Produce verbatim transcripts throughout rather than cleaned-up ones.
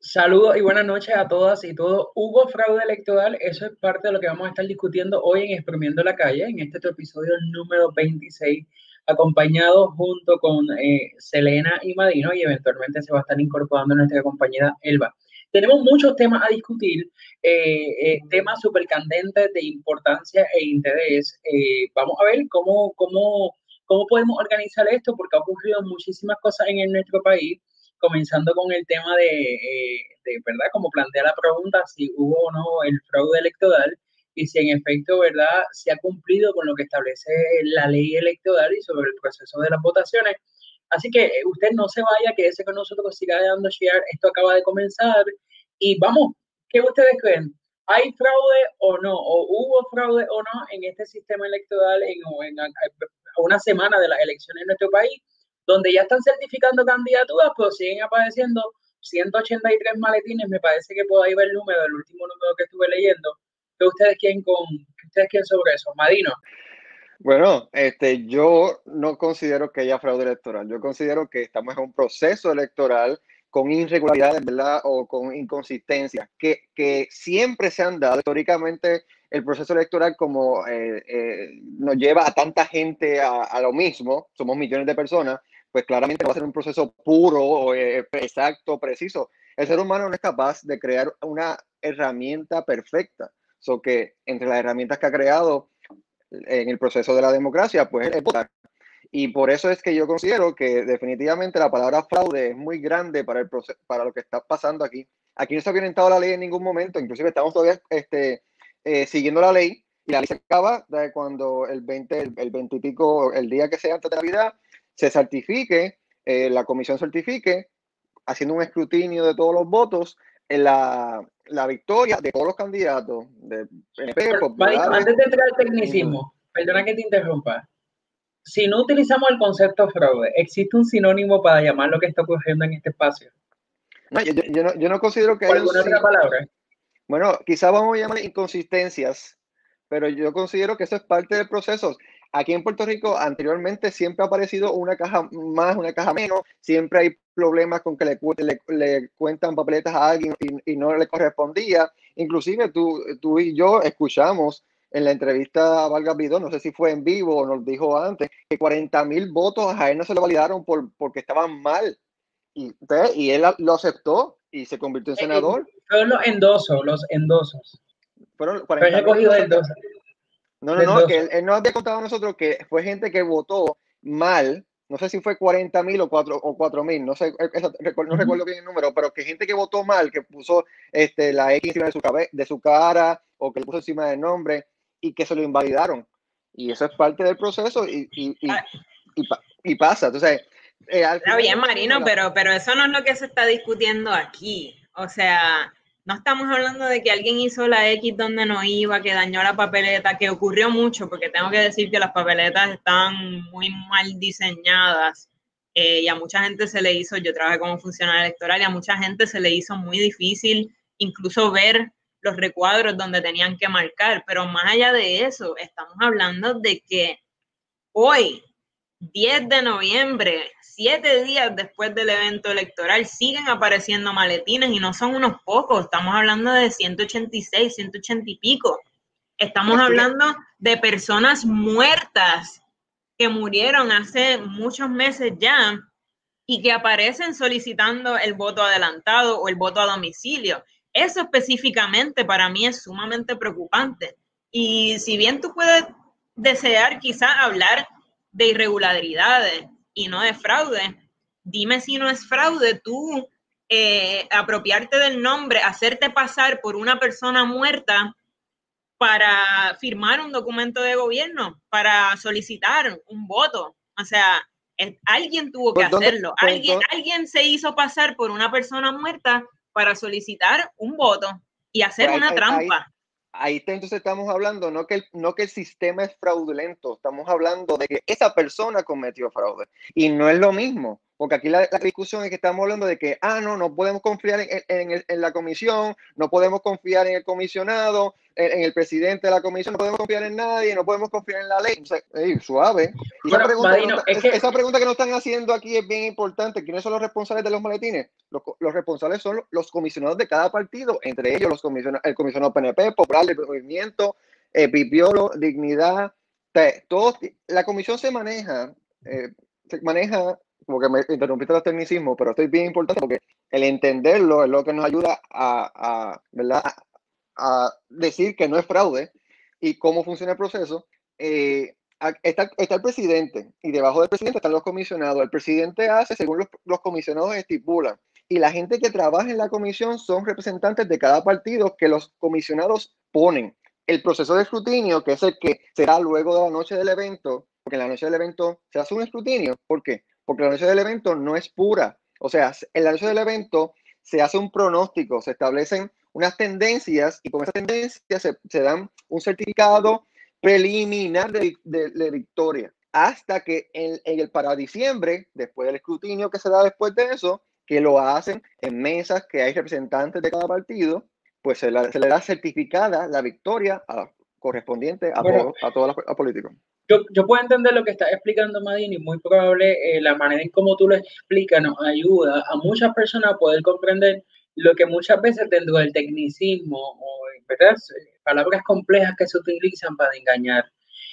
Saludos y buenas noches a todas y todos. ¿Hubo fraude electoral? Eso es parte de lo que vamos a estar discutiendo hoy en Exprimiendo la Calle, en este tu episodio número veintiséis, acompañado junto con eh, Selena y Madino, y eventualmente se va a estar incorporando nuestra compañera Elba. Tenemos muchos temas a discutir, eh, eh, temas súper candentes de importancia e interés. Eh, vamos a ver cómo, cómo, cómo podemos organizar esto, porque ha ocurrido muchísimas cosas en, en nuestro país, comenzando con el tema de, eh, de, ¿verdad? Como plantea la pregunta, si hubo o no el fraude electoral y si en efecto, ¿verdad? Se ha cumplido con lo que establece la ley electoral y sobre el proceso de las votaciones. Así que eh, usted no se vaya, quédese con nosotros, siga dando share, esto acaba de comenzar y vamos, ¿qué ustedes creen? ¿Hay fraude o no? ¿O hubo fraude o no en este sistema electoral en, en, en una semana de las elecciones en nuestro país, donde ya están certificando candidaturas, pero siguen apareciendo ciento ochenta y tres maletines? Me parece que por ahí va el número, el último número que estuve leyendo. ¿Qué ustedes quieren, con, qué ustedes quieren sobre eso? Madino. Bueno, este, yo no considero que haya fraude electoral. Yo considero que estamos en un proceso electoral con irregularidades, ¿verdad? O con inconsistencias que, que siempre se han dado. Históricamente, el proceso electoral, como eh, eh, nos lleva a tanta gente a, a, lo mismo, somos millones de personas, pues claramente va a ser un proceso puro, eh, exacto, preciso. El ser humano no es capaz de crear una herramienta perfecta. So que entre las herramientas que ha creado en el proceso de la democracia, pues es votar. Y por eso es que yo considero que definitivamente la palabra fraude es muy grande para, el proceso, para lo que está pasando aquí. Aquí no se ha violentado la ley en ningún momento, inclusive estamos todavía este, eh, siguiendo la ley, y la ley se acaba de cuando el veinte, el, el veinte y pico, el día que sea antes de Navidad, se certifique, eh, la comisión certifique, haciendo un escrutinio de todos los votos, en la, la victoria de todos los candidatos, de P N P, Madino, populares. antes de entrar al Uh-huh. tecnicismo, perdona que te interrumpa. Si no utilizamos el concepto fraude, ¿existe un sinónimo para llamar lo que está ocurriendo en este espacio? No, yo, yo, no, yo no considero que ¿O haya un alguna otra sí. palabra? Bueno, quizá vamos a llamar inconsistencias, pero yo considero que eso es parte del proceso. Aquí en Puerto Rico anteriormente siempre ha aparecido una caja más, una caja menos, siempre hay problemas con que le, le, le cuentan papeletas a alguien y, y no le correspondía. Inclusive tú, tú y yo escuchamos en la entrevista a Vargas Vidal, no sé si fue en vivo o nos dijo antes, que cuarenta mil votos a él no se le validaron por, porque estaban mal. Y, y él lo aceptó y se convirtió en Eh, senador. Son los endosos, los endosos. Fueron Fue cuarenta mil y recogido lo del dos, sacaron. No, no, del no, que dos. él, él nos había contado a nosotros que fue gente que votó mal. No sé si fue cuarenta mil o cuatro mil, no sé, no recuerdo bien el número, pero que gente que votó mal, que puso este, la X encima de su, cabe, de su cara o que le puso encima del nombre y que se lo invalidaron. Y eso es parte del proceso y, y, y, y, y pasa. Entonces, eh, al Está final bien, del camino, Marino, la, pero, pero eso no es lo que se está discutiendo aquí. O sea, no estamos hablando de que alguien hizo la X donde no iba, que dañó la papeleta, que ocurrió mucho, porque tengo que decir que las papeletas están muy mal diseñadas eh, y a mucha gente se le hizo, yo trabajé como funcionario electoral, y a mucha gente se le hizo muy difícil incluso ver los recuadros donde tenían que marcar. Pero más allá de eso, estamos hablando de que hoy, diez de noviembre, siete días después del evento electoral, siguen apareciendo maletines y no son unos pocos. Estamos hablando de ciento ochenta y seis, ciento ochenta y pico. Estamos hablando de personas muertas que murieron hace muchos meses ya y que aparecen solicitando el voto adelantado o el voto a domicilio. Eso específicamente para mí es sumamente preocupante. Y si bien tú puedes desear quizás hablar de irregularidades y no de fraude, dime si no es fraude tú eh, apropiarte del nombre, hacerte pasar por una persona muerta para firmar un documento de gobierno, para solicitar un voto. O sea, es, alguien tuvo que pues, ¿dónde, hacerlo. pues, Alguien, entonces, alguien se hizo pasar por una persona muerta para solicitar un voto y hacer pues una ahí, ahí, trampa. ahí entonces estamos hablando, no que, el, no que el sistema es fraudulento, estamos hablando de que esa persona cometió fraude. Y no es lo mismo, porque aquí la, la discusión es que estamos hablando de que, ah, no, no podemos confiar en, en, en, en la comisión, no podemos confiar en el comisionado, en, en el presidente de la comisión, no podemos confiar en nadie, no podemos confiar en la ley. O sea, hey, suave. Y bueno, esa, pregunta Madino, no, es es, que... esa pregunta que nos están haciendo aquí es bien importante. ¿Quiénes son los responsables de los maletines? Los, los responsables son los comisionados de cada partido, entre ellos los comisionados, el comisionado P N P, Popular, el Movimiento, eh, Pipiolo, Dignidad. Todos, la comisión se maneja, eh, se maneja, porque me interrumpiste los tecnicismos, pero esto es bien importante porque el entenderlo es lo que nos ayuda a, a, ¿verdad? a, a decir que no es fraude y cómo funciona el proceso. Eh, está, está el presidente y debajo del presidente están los comisionados. El presidente hace según los, los comisionados estipulan y la gente que trabaja en la comisión son representantes de cada partido que los comisionados ponen. El proceso de escrutinio, que es el que será luego de la noche del evento, porque en la noche del evento se hace un escrutinio. ¿Por qué? Porque la noche del evento no es pura. O sea, en la noche del evento se hace un pronóstico, se establecen unas tendencias y con esas tendencias se, se dan un certificado preliminar de, de, de victoria. Hasta que en, en el para diciembre, después del escrutinio que se da después de eso, que lo hacen en mesas que hay representantes de cada partido, pues se, la, se le da certificada la victoria a, correspondiente a, bueno, todo, a todos los políticos. Yo, yo puedo entender lo que estás explicando, Madini, muy probable eh, la manera en cómo tú lo explicas nos ayuda a muchas personas a poder comprender lo que muchas veces dentro del tecnicismo o ¿verdad? palabras complejas que se utilizan para engañar.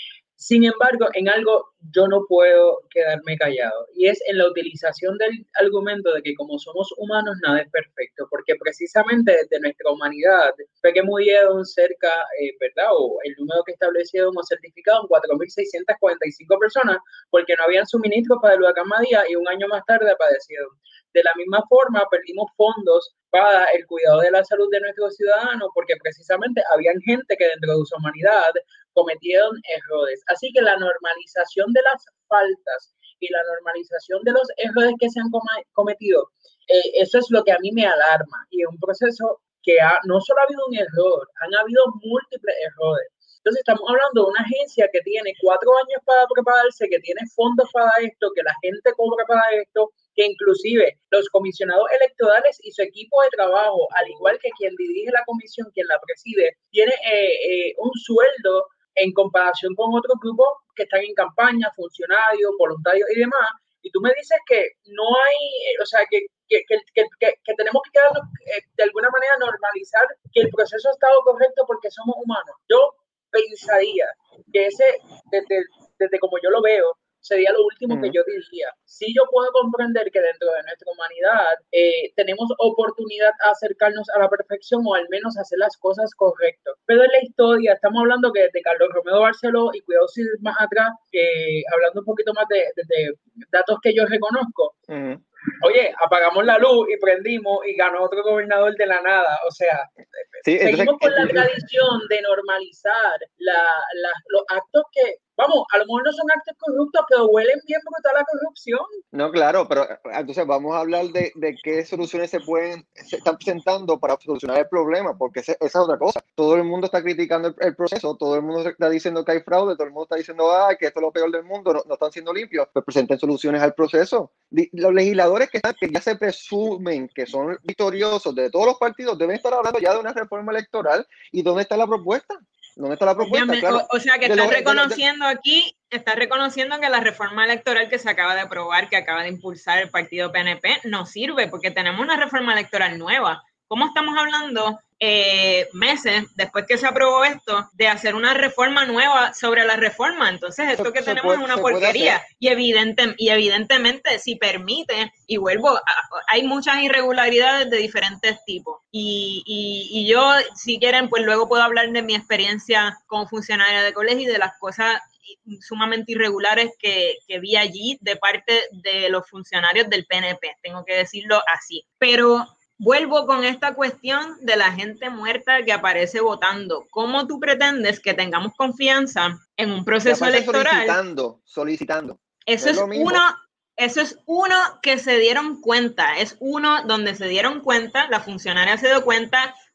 Sin embargo, en algo yo no puedo quedarme callado y es en la utilización del argumento de que como somos humanos nada es perfecto, porque precisamente desde nuestra humanidad fue que murieron cerca, eh, ¿verdad? O el número que establecieron o certificaron cuatro mil seiscientas cuarenta y cinco personas porque no habían suministros para el huracán María y un año más tarde aparecieron. De la misma forma, perdimos fondos para el cuidado de la salud de nuestros ciudadanos porque precisamente habían gente que dentro de su humanidad cometieron errores. Así que la normalización de las faltas y la normalización de los errores que se han cometido, eh, eso es lo que a mí me alarma. Y es un proceso que ha, no solo ha habido un error, han habido múltiples errores. Entonces estamos hablando de una agencia que tiene cuatro años para prepararse, que tiene fondos para esto, que la gente cobra para esto, que inclusive los comisionados electorales y su equipo de trabajo, al igual que quien dirige la comisión, quien la preside, tiene eh, eh, un sueldo en comparación con otros grupos que están en campaña, funcionarios, voluntarios y demás. Y tú me dices que no hay, o sea, que, que, que, que, que tenemos que quedarnos, eh, de alguna manera normalizar que el proceso ha estado correcto porque somos humanos. Yo pensaría que ese, desde, desde como yo lo veo, sería lo último uh-huh. que yo diría. Sí, yo puedo comprender que dentro de nuestra humanidad eh, tenemos oportunidad a acercarnos a la perfección o al menos hacer las cosas correctas. Pero en la historia estamos hablando que desde Carlos Romero Barceló y cuidado si más atrás, eh, hablando un poquito más de, de, de datos que yo reconozco, uh-huh. Oye, apagamos la luz y prendimos y ganó otro gobernador de la nada. O sea, sí, seguimos entonces, con la tradición de normalizar la, la, los actos que, vamos, a lo mejor no son actos corruptos, pero huelen bien brutal la corrupción. No, claro, pero entonces vamos a hablar de, de qué soluciones se pueden, se están presentando para solucionar el problema, porque esa, esa es otra cosa. Todo el mundo está criticando el, el proceso, todo el mundo está diciendo que hay fraude, todo el mundo está diciendo ah, que esto es lo peor del mundo, no, no están siendo limpios. Pues presenten soluciones al proceso. Los legisladores que, están, que ya se presumen que son victoriosos de todos los partidos deben estar hablando ya de una reforma electoral. ¿Y dónde está la propuesta? ¿Dónde está la propuesta? Claro, o, o sea, que está reconociendo de, de, aquí, está reconociendo que la reforma electoral que se acaba de aprobar, que acaba de impulsar el partido P N P, no sirve porque tenemos una reforma electoral nueva. ¿Cómo estamos hablando eh, meses después que se aprobó esto de hacer una reforma nueva sobre la reforma? Entonces esto se, que tenemos puede, es una porquería y, evidente, y evidentemente si permite, y vuelvo, a, hay muchas irregularidades de diferentes tipos y, y, y yo si quieren pues luego puedo hablar de mi experiencia como funcionaria de colegio y de las cosas sumamente irregulares que, que vi allí de parte de los funcionarios del P N P, tengo que decirlo así, pero vuelvo con esta cuestión de la gente muerta que aparece votando. ¿Cómo tú pretendes que tengamos confianza en un proceso electoral? Solicitando, solicitando. Eso es, es uno, eso es uno que se dieron cuenta, es uno donde se dieron cuenta, la funcionaria se dio cuenta,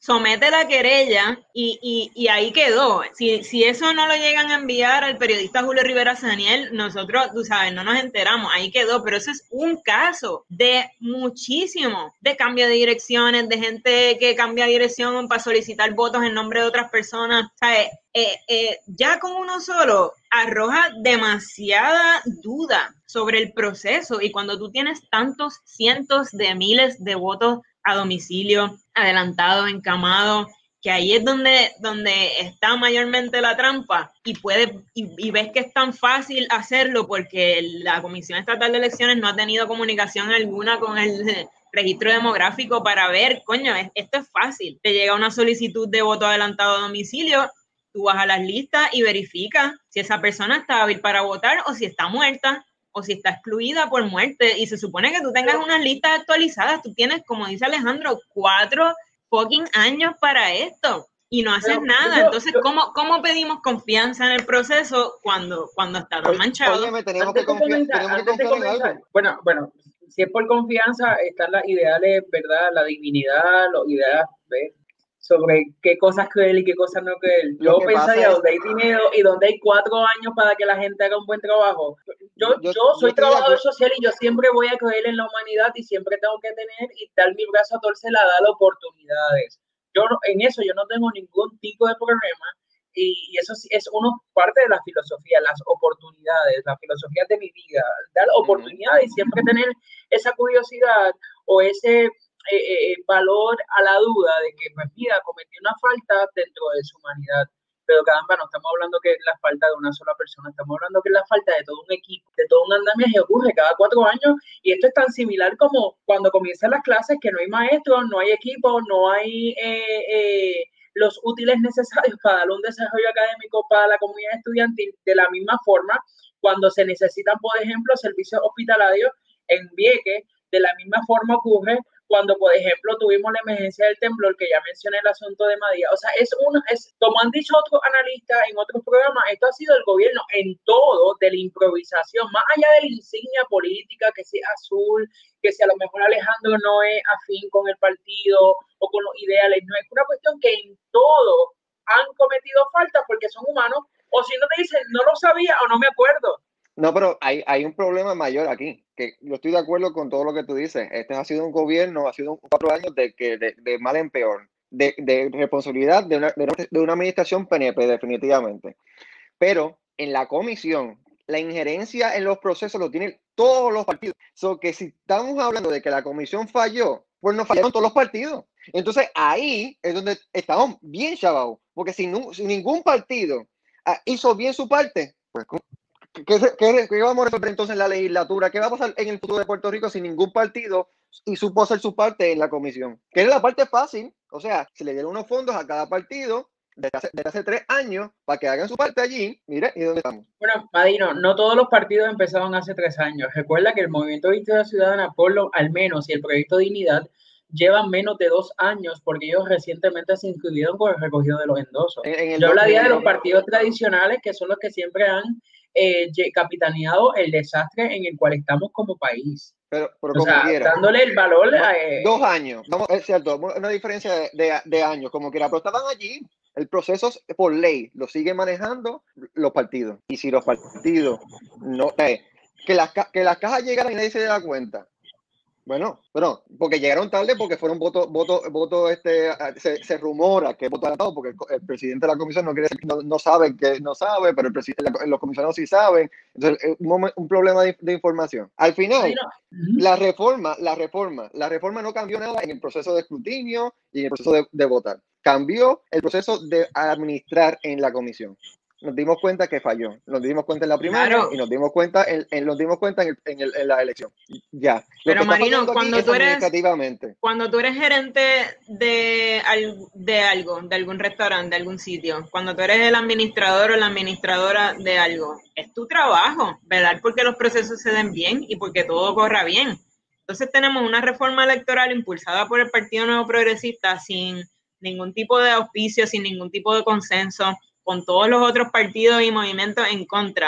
somete la querella y, y, y ahí quedó. Si, si eso no lo llegan a enviar al periodista Julio Rivera Saniel, nosotros, tú sabes, no nos enteramos, ahí quedó. Pero eso es un caso de muchísimo, de cambio de direcciones, de gente que cambia dirección para solicitar votos en nombre de otras personas. ¿Sabes? Eh, eh, ya con uno solo arroja demasiada duda sobre el proceso, y cuando tú tienes tantos cientos de miles de votos a domicilio, adelantado, encamado, que ahí es donde, donde está mayormente la trampa, y, puede, y, y ves que es tan fácil hacerlo porque la Comisión Estatal de Elecciones no ha tenido comunicación alguna con el registro demográfico para ver, coño, esto es fácil. Te llega una solicitud de voto adelantado a domicilio, tú vas a las listas y verificas si esa persona está hábil para votar o si está muerta o si está excluida por muerte, y se supone que tú tengas unas listas actualizadas. Tú tienes, como dice Alejandro, cuatro fucking años para esto y no haces pero, nada. Yo, Entonces, yo, ¿cómo, ¿cómo pedimos confianza en el proceso cuando, cuando está tan manchado? Oye, tenemos que confiar, tenemos que confiar en algo. Bueno, bueno, si es por confianza, están las ideales, ¿verdad? La divinidad, los ideales, ¿ves? Sobre qué cosas creer y qué cosas no creer. Yo pensaría donde hay dinero y donde hay cuatro años para que la gente haga un buen trabajo. Yo, yo, yo soy yo trabajador social y yo siempre voy a creer en la humanidad y siempre tengo que tener y dar mi brazo a torcer a dar oportunidades. Yo en eso yo no tengo ningún tipo de problema, y, y eso es uno parte de la filosofía, las oportunidades, la filosofía de mi vida, dar oportunidades y siempre tener esa curiosidad o ese Eh, eh, valor a la duda de que, pues mira, cometí una falta dentro de su humanidad, pero caramba, no estamos hablando que es la falta de una sola persona, estamos hablando que es la falta de todo un equipo, de todo un andamiaje que ocurre cada cuatro años, y esto es tan similar como cuando comienzan las clases, que no hay maestros, no hay equipo, no hay eh, eh, los útiles necesarios para dar un desarrollo académico para la comunidad estudiantil. De la misma forma, cuando se necesitan, por ejemplo, servicios hospitalarios en Vieques, de la misma forma ocurre cuando, por ejemplo, tuvimos la emergencia del temblor, que ya mencioné el asunto de María. O sea, es uno, es, como han dicho otros analistas en otros programas, esto ha sido el gobierno en todo de la improvisación, más allá de la insignia política, que sea azul, que si a lo mejor Alejandro no es afín con el partido o con los ideales, no es una cuestión que en todo han cometido faltas porque son humanos, o si no te dicen, no lo sabía o no me acuerdo. No, pero hay, hay un problema mayor aquí, que yo estoy de acuerdo con todo lo que tú dices. Este ha sido un gobierno, ha sido un, cuatro años de, que, de, de mal en peor, de, de responsabilidad de una, de, una, de una administración P N P, definitivamente. Pero en la comisión, la injerencia en los procesos lo tienen todos los partidos. So que si estamos hablando de que la comisión falló, pues no fallaron todos los partidos. Entonces ahí es donde estamos bien chavados, porque si, no, si ningún partido ah, hizo bien su parte, pues ¿Qué, qué, ¿Qué vamos a resolver entonces en la legislatura? ¿Qué va a pasar en el futuro de Puerto Rico si ningún partido y supo hacer su parte en la comisión? Que es la parte fácil. O sea, se le dieron unos fondos a cada partido desde hace, desde hace tres años para que hagan su parte allí. Mire, ¿y dónde estamos? Bueno, Madino, no todos los partidos empezaron hace tres años. Recuerda que el Movimiento de Victoria Ciudadana, por lo al menos, y el Proyecto Dignidad llevan menos de dos años porque ellos recientemente se inscribieron con el recogido de los endosos. En, en el Yo hablaría de los partidos tradicionales, que son los que siempre han Eh, capitaneado el desastre en el cual estamos como país. Pero, pero o sea, quiera. dándole el valor no, a... Eh, dos años, vamos, es cierto, una diferencia de, de, de años, como quiera, pero estaban allí. El proceso por ley lo siguen manejando los partidos. Y si los partidos no... Eh, que, las, que las cajas llegaran y nadie se da cuenta. Bueno, bueno, porque llegaron tarde porque fueron votos, votos, votos, este, se, se rumora que voto adelantado porque el, el presidente de la comisión no quiere, no, no sabe que no sabe, pero el presidente, los comisionados sí saben. Entonces, un, un problema de, de información. Al final, sí, no. la reforma, la reforma, la reforma no cambió nada en el proceso de escrutinio y en el proceso de, de votar. Cambió el proceso de administrar en la comisión. Nos dimos cuenta que falló. Nos dimos cuenta en la primaria claro. y nos dimos cuenta en, en, nos dimos cuenta en, el, en, el, en la elección. Ya. Lo Pero Marino, cuando tú, eres, cuando tú eres gerente de, de algo, de algún restaurante, de algún sitio, cuando tú eres el administrador o la administradora de algo, es tu trabajo, velar porque los procesos se den bien y porque todo corra bien. Entonces tenemos una reforma electoral impulsada por el Partido Nuevo Progresista sin ningún tipo de auspicio, sin ningún tipo de consenso, con todos los otros partidos y movimientos en contra.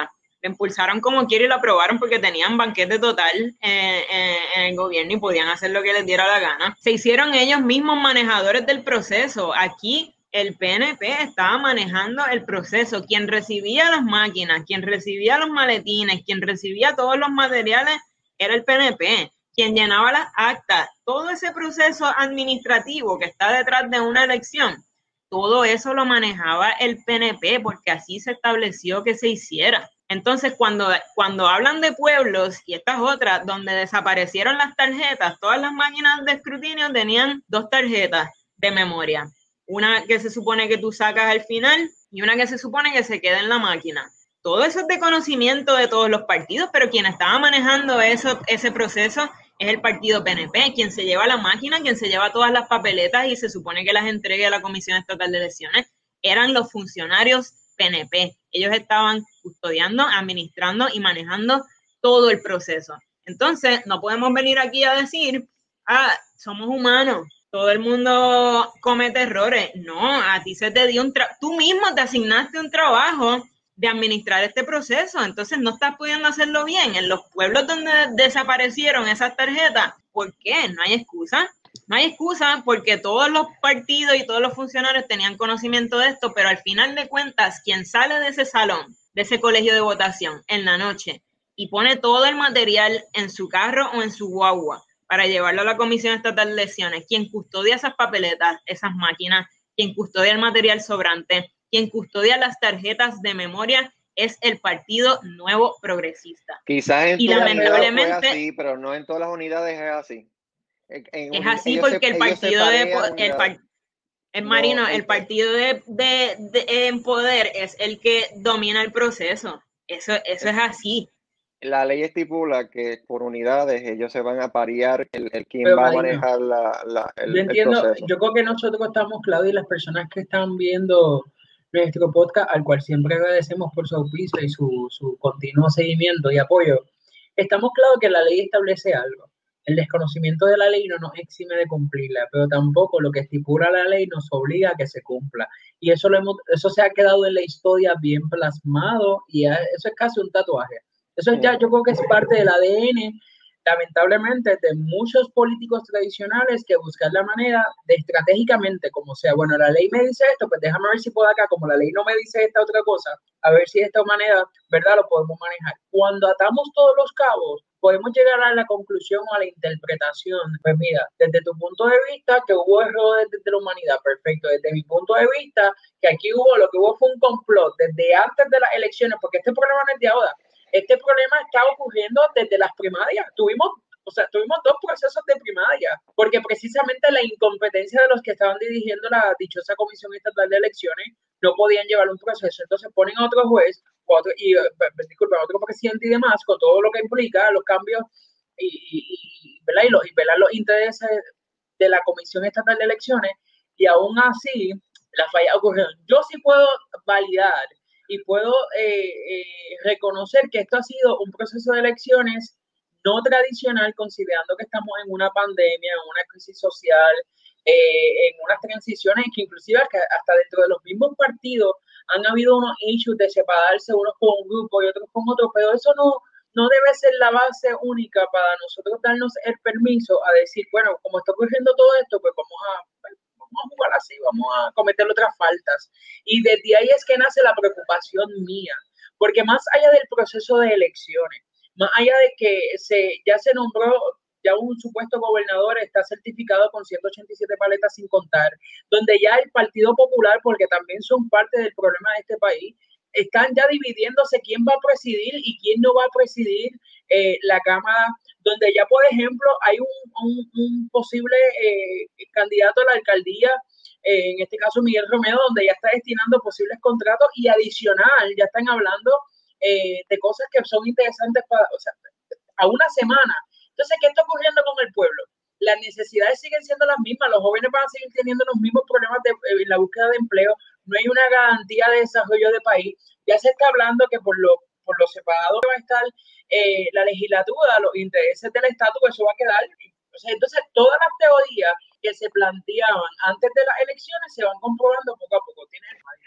lo impulsaron como quiera y lo aprobaron porque tenían banquete total eh, eh, en el gobierno y podían hacer lo que les diera la gana. Se hicieron ellos mismos manejadores del proceso. Aquí el P N P estaba manejando el proceso. Quien recibía las máquinas, quien recibía los maletines, quien recibía todos los materiales era el P N P. Quien llenaba las actas, todo ese proceso administrativo que está detrás de una elección, todo eso lo manejaba el P N P porque así se estableció que se hiciera. Entonces, cuando, cuando hablan de pueblos y estas otras, donde desaparecieron las tarjetas, todas las máquinas de escrutinio tenían dos tarjetas de memoria. Una que se supone que tú sacas al final y una que se supone que se queda en la máquina. Todo eso es de conocimiento de todos los partidos, pero quien estaba manejando eso, ese proceso es el partido P N P, quien se lleva la máquina, quien se lleva todas las papeletas y se supone que las entregue a la Comisión Estatal de Elecciones, eran los funcionarios P N P. Ellos estaban custodiando, administrando y manejando todo el proceso. Entonces, no podemos venir aquí a decir, ah, somos humanos, todo el mundo comete errores. No, a ti se te dio un trabajo, tú mismo te asignaste un trabajo de administrar este proceso, entonces no estás pudiendo hacerlo bien. En los pueblos donde desaparecieron esas tarjetas, ¿por qué? No hay excusa. No hay excusa porque todos los partidos y todos los funcionarios tenían conocimiento de esto, pero al final de cuentas, quien sale de ese salón, de ese colegio de votación en la noche y pone todo el material en su carro o en su guagua para llevarlo a la Comisión Estatal de Elecciones, quien custodia esas papeletas, esas máquinas, quien custodia el material sobrante, quien custodia las tarjetas de memoria es el Partido Nuevo Progresista. Quizás en y todas lamentablemente las unidades fue así, pero no en todas las unidades es así. En, en es uni, así porque se, el partido de el, par, el no, Marino, el, el partido de, de, de en poder es el que domina el proceso. Eso, eso es así. La ley estipula que por unidades ellos se van a parear el, el quien Pero, va Marino, a manejar la, la, el, yo entiendo, el proceso. yo creo que nosotros estamos claros y las personas que están viendo nuestro podcast, al cual siempre agradecemos por su auspicio y su, su continuo seguimiento y apoyo, estamos claros que la ley establece algo. El desconocimiento de la ley no nos exime de cumplirla, pero tampoco lo que estipula la ley nos obliga a que se cumpla. Y eso, lo hemos, eso se ha quedado en la historia bien plasmado y eso es casi un tatuaje. Eso ya yo creo que es parte del A D N, lamentablemente, de muchos políticos tradicionales que buscan la manera de estratégicamente, como sea, bueno, la ley me dice esto, pues déjame ver si puedo acá, como la ley no me dice esta otra cosa, a ver si de esta manera, ¿verdad?, lo podemos manejar. Cuando atamos todos los cabos, podemos llegar a la conclusión o a la interpretación. Pues mira, desde tu punto de vista, que hubo errores desde la humanidad, perfecto. Desde mi punto de vista, que aquí hubo, lo que hubo fue un complot desde antes de las elecciones, porque este problema no es de ahora. Este problema está ocurriendo desde las primarias. Tuvimos, o sea, tuvimos dos procesos de primaria, porque precisamente la incompetencia de los que estaban dirigiendo la dichosa Comisión Estatal de Elecciones no podían llevar un proceso. Entonces ponen a otro juez, otro, y, disculpa, otro presidente y demás, con todo lo que implica los cambios y, y, y, ¿verdad? y, los, y velar los intereses de la Comisión Estatal de Elecciones, y aún así la falla ocurrió. Yo sí puedo validar y puedo eh, eh, reconocer que esto ha sido un proceso de elecciones no tradicional, considerando que estamos en una pandemia, en una crisis social, eh, en unas transiciones que inclusive hasta dentro de los mismos partidos han habido unos issues de separarse unos con un grupo y otros con otro, pero eso no, no debe ser la base única para nosotros darnos el permiso a decir, bueno, como está ocurriendo todo esto, pues vamos a... vamos a jugar así, vamos a cometer otras faltas. Y desde ahí es que nace la preocupación mía, porque más allá del proceso de elecciones, más allá de que se, ya se nombró, ya un supuesto gobernador está certificado con ciento ochenta y siete paletas sin contar, donde ya el Partido Popular, porque también son parte del problema de este país, están ya dividiéndose quién va a presidir y quién no va a presidir eh, la Cámara, donde ya, por ejemplo, hay un, un, un posible eh, candidato a la alcaldía, eh, en este caso Miguel Romero, donde ya está destinando posibles contratos y adicional, ya están hablando eh, de cosas que son interesantes para, o sea, a una semana. Entonces, ¿qué está ocurriendo con el pueblo? Las necesidades siguen siendo las mismas, los jóvenes van a seguir teniendo los mismos problemas de eh, la búsqueda de empleo, no hay una garantía de desarrollo de país. Ya se está hablando que por lo, por lo separado que va a estar eh, la legislatura, los intereses del estatus, eso va a quedar. O sea, entonces, todas las teorías que se planteaban antes de las elecciones se van comprobando poco a poco. ¿Tiene el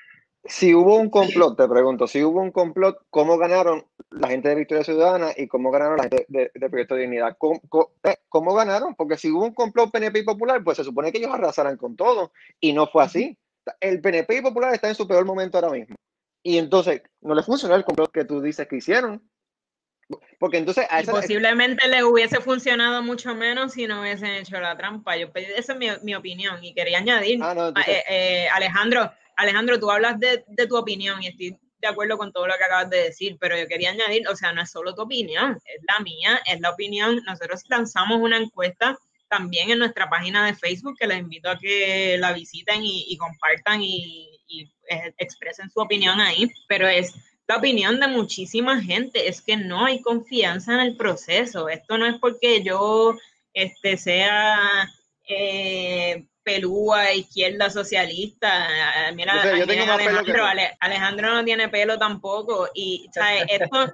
Si hubo un complot, te pregunto, si hubo un complot, ¿cómo ganaron la gente de Victoria Ciudadana y cómo ganaron la gente de, de Proyecto de Dignidad? ¿Cómo, cómo, eh, ¿Cómo ganaron? Porque si hubo un complot P N P y Popular, pues se supone que ellos arrasaran con todo, y no fue así. El P N P y Popular está en su peor momento ahora mismo. Y entonces, no les funcionó el complot que tú dices que hicieron. Porque entonces a y esa, posiblemente les hubiese funcionado mucho menos si no hubiesen hecho la trampa. Yo, esa es mi, mi opinión y quería añadir, ah, no, entonces, eh, eh, Alejandro, Alejandro, tú hablas de, de tu opinión y estoy de acuerdo con todo lo que acabas de decir, pero yo quería añadir, o sea, no es solo tu opinión, es la mía, es la opinión. Nosotros lanzamos una encuesta también en nuestra página de Facebook, que les invito a que la visiten y, y compartan y, y eh, expresen su opinión ahí, pero es la opinión de muchísima gente, es que no hay confianza en el proceso. Esto no es porque yo este, sea eh, pelúa, izquierda, socialista. Mira, yo, sé, yo tengo mira más pelo que Alejandro, Ale, Alejandro no tiene pelo tampoco. Y ¿sabes? Esto,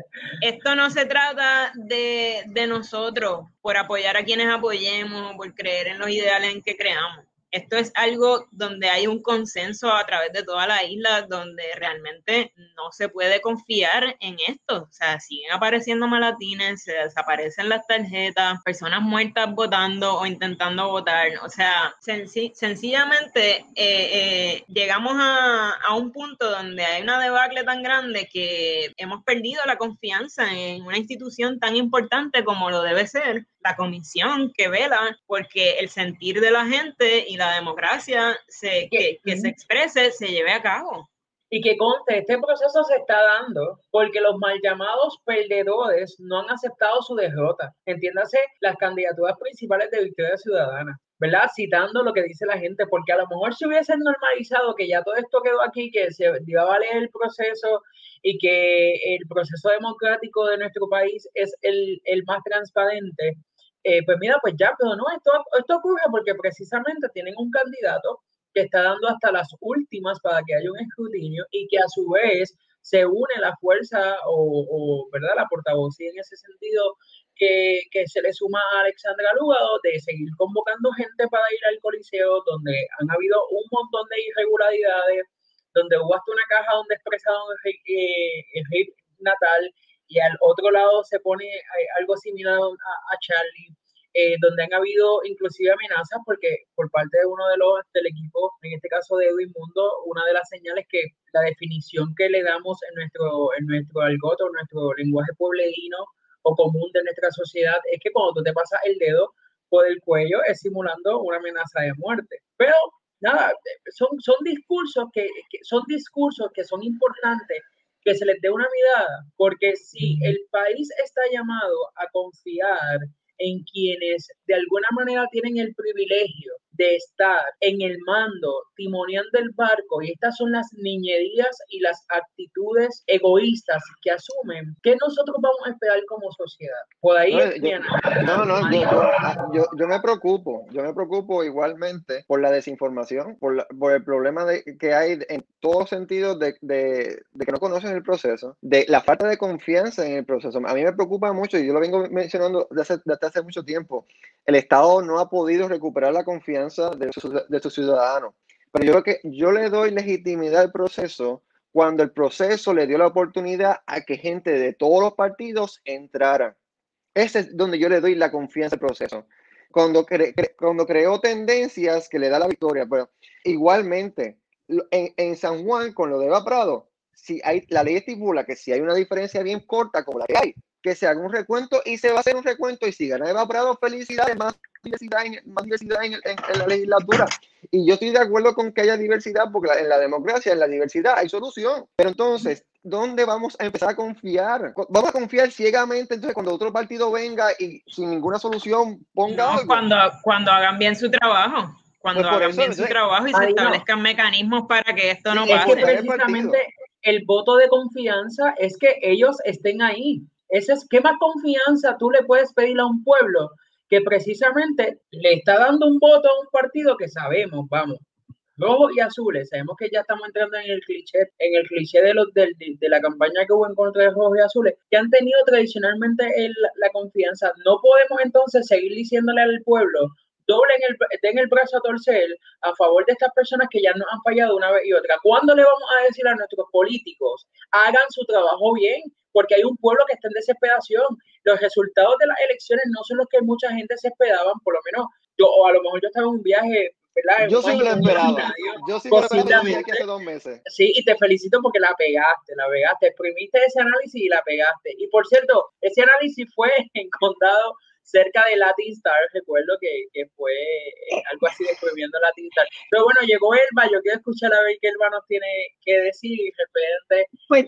esto no se trata de, de nosotros por apoyar a quienes apoyemos, por creer en los ideales en que creamos. Esto es algo donde hay un consenso a través de toda la isla, donde realmente no se puede confiar en esto. O sea, siguen apareciendo malatines, se desaparecen las tarjetas, personas muertas votando o intentando votar. O sea, senc sencillamente eh, eh, llegamos a, a un punto donde hay una debacle tan grande que hemos perdido la confianza en una institución tan importante como lo debe ser la comisión que vela porque el sentir de la gente y la democracia se, que, que se exprese, se lleve a cabo. Y que conste, este proceso se está dando porque los mal llamados perdedores no han aceptado su derrota. Entiéndase, las candidaturas principales de Victoria Ciudadana, ¿verdad? Citando lo que dice la gente, porque a lo mejor se hubiese normalizado que ya todo esto quedó aquí, que se iba a valer el proceso y que el proceso democrático de nuestro país es el, el más transparente. Eh, pues mira, pues ya, pero no, esto, esto ocurre porque precisamente tienen un candidato que está dando hasta las últimas para que haya un escrutinio y que a su vez se une la fuerza o, o ¿verdad? La portavocía en ese sentido que, que se le suma a Alexandra Lúgaro de seguir convocando gente para ir al Coliseo, donde han habido un montón de irregularidades, donde hubo hasta una caja donde expresaron el rey, eh, el rey natal y al otro lado se pone algo similar a, a Charlie. Eh, donde han habido inclusive amenazas porque por parte de uno de los del equipo, en este caso de Edwin Mundo, una de las señales que la definición que le damos en nuestro, en nuestro argot o nuestro lenguaje pueblerino o común de nuestra sociedad es que cuando tú te pasas el dedo por el cuello es simulando una amenaza de muerte. Pero nada, son, son discursos que, que son discursos que son importantes que se les dé una mirada, porque si el país está llamado a confiar en quienes de alguna manera tienen el privilegio de estar en el mando, timoneando el barco, y estas son las niñerías y las actitudes egoístas que asumen, ¿qué nosotros vamos a esperar como sociedad? Por ahí no, es yo, no, no, yo, yo, yo, yo me preocupo, yo me preocupo igualmente por la desinformación, por, la, por el problema de, que hay en todos sentidos de, de, de que no conocen el proceso, de la falta de confianza en el proceso. A mí me preocupa mucho, y yo lo vengo mencionando desde, desde hace mucho tiempo, el Estado no ha podido recuperar la confianza de sus de su ciudadanos. Pero yo creo que yo le doy legitimidad al proceso cuando el proceso le dio la oportunidad a que gente de todos los partidos entrara. Ese es donde yo le doy la confianza al proceso. Cuando, cre cre cuando creó tendencias que le da la victoria, pero igualmente en, en San Juan con lo de Eva Prado, si hay, la ley estipula que si hay una diferencia bien corta como la que hay, que se haga un recuento y se va a hacer un recuento y si gana Eva Prado, felicidades, más diversidad, en, más diversidad en, en, en la legislatura. Y yo estoy de acuerdo con que haya diversidad porque la, en la democracia, en la diversidad hay solución. Pero entonces, ¿dónde vamos a empezar a confiar? Vamos a confiar ciegamente entonces cuando otro partido venga y sin ninguna solución ponga no, algo. Cuando, cuando hagan bien su trabajo. Cuando pues hagan eso, bien entonces, su trabajo y se establezcan no. mecanismos para que esto sí, no pase. Es que precisamente el, el voto de confianza es que ellos estén ahí. Ese es, ¿qué más confianza tú le puedes pedir a un pueblo que precisamente le está dando un voto a un partido que sabemos, vamos, rojos y azules, sabemos que ya estamos entrando en el cliché, en el cliché de, los, de, de, de la campaña que hubo en contra de rojos y azules, que han tenido tradicionalmente el, la confianza? No podemos entonces seguir diciéndole al pueblo, doblen el, den el brazo a torcer a favor de estas personas que ya nos han fallado una vez y otra. ¿Cuándo le vamos a decir a nuestros políticos, hagan su trabajo bien? Porque hay un pueblo que está en desesperación. Los resultados de las elecciones no son los que mucha gente se esperaban, por lo menos yo, o a lo mejor yo estaba en un viaje, ¿verdad? Yo sí me lo esperaba. Yo sí me lo esperaba aquí hace dos meses. Sí, y te felicito porque la pegaste, la pegaste, exprimiste ese análisis y la pegaste. Y por cierto, ese análisis fue en condado cerca de Latin Star, recuerdo que, que fue eh, algo así descubriendo Latin Star. Pero bueno, llegó Elba, yo quiero escuchar a ver qué Elba nos tiene que decir referente pues,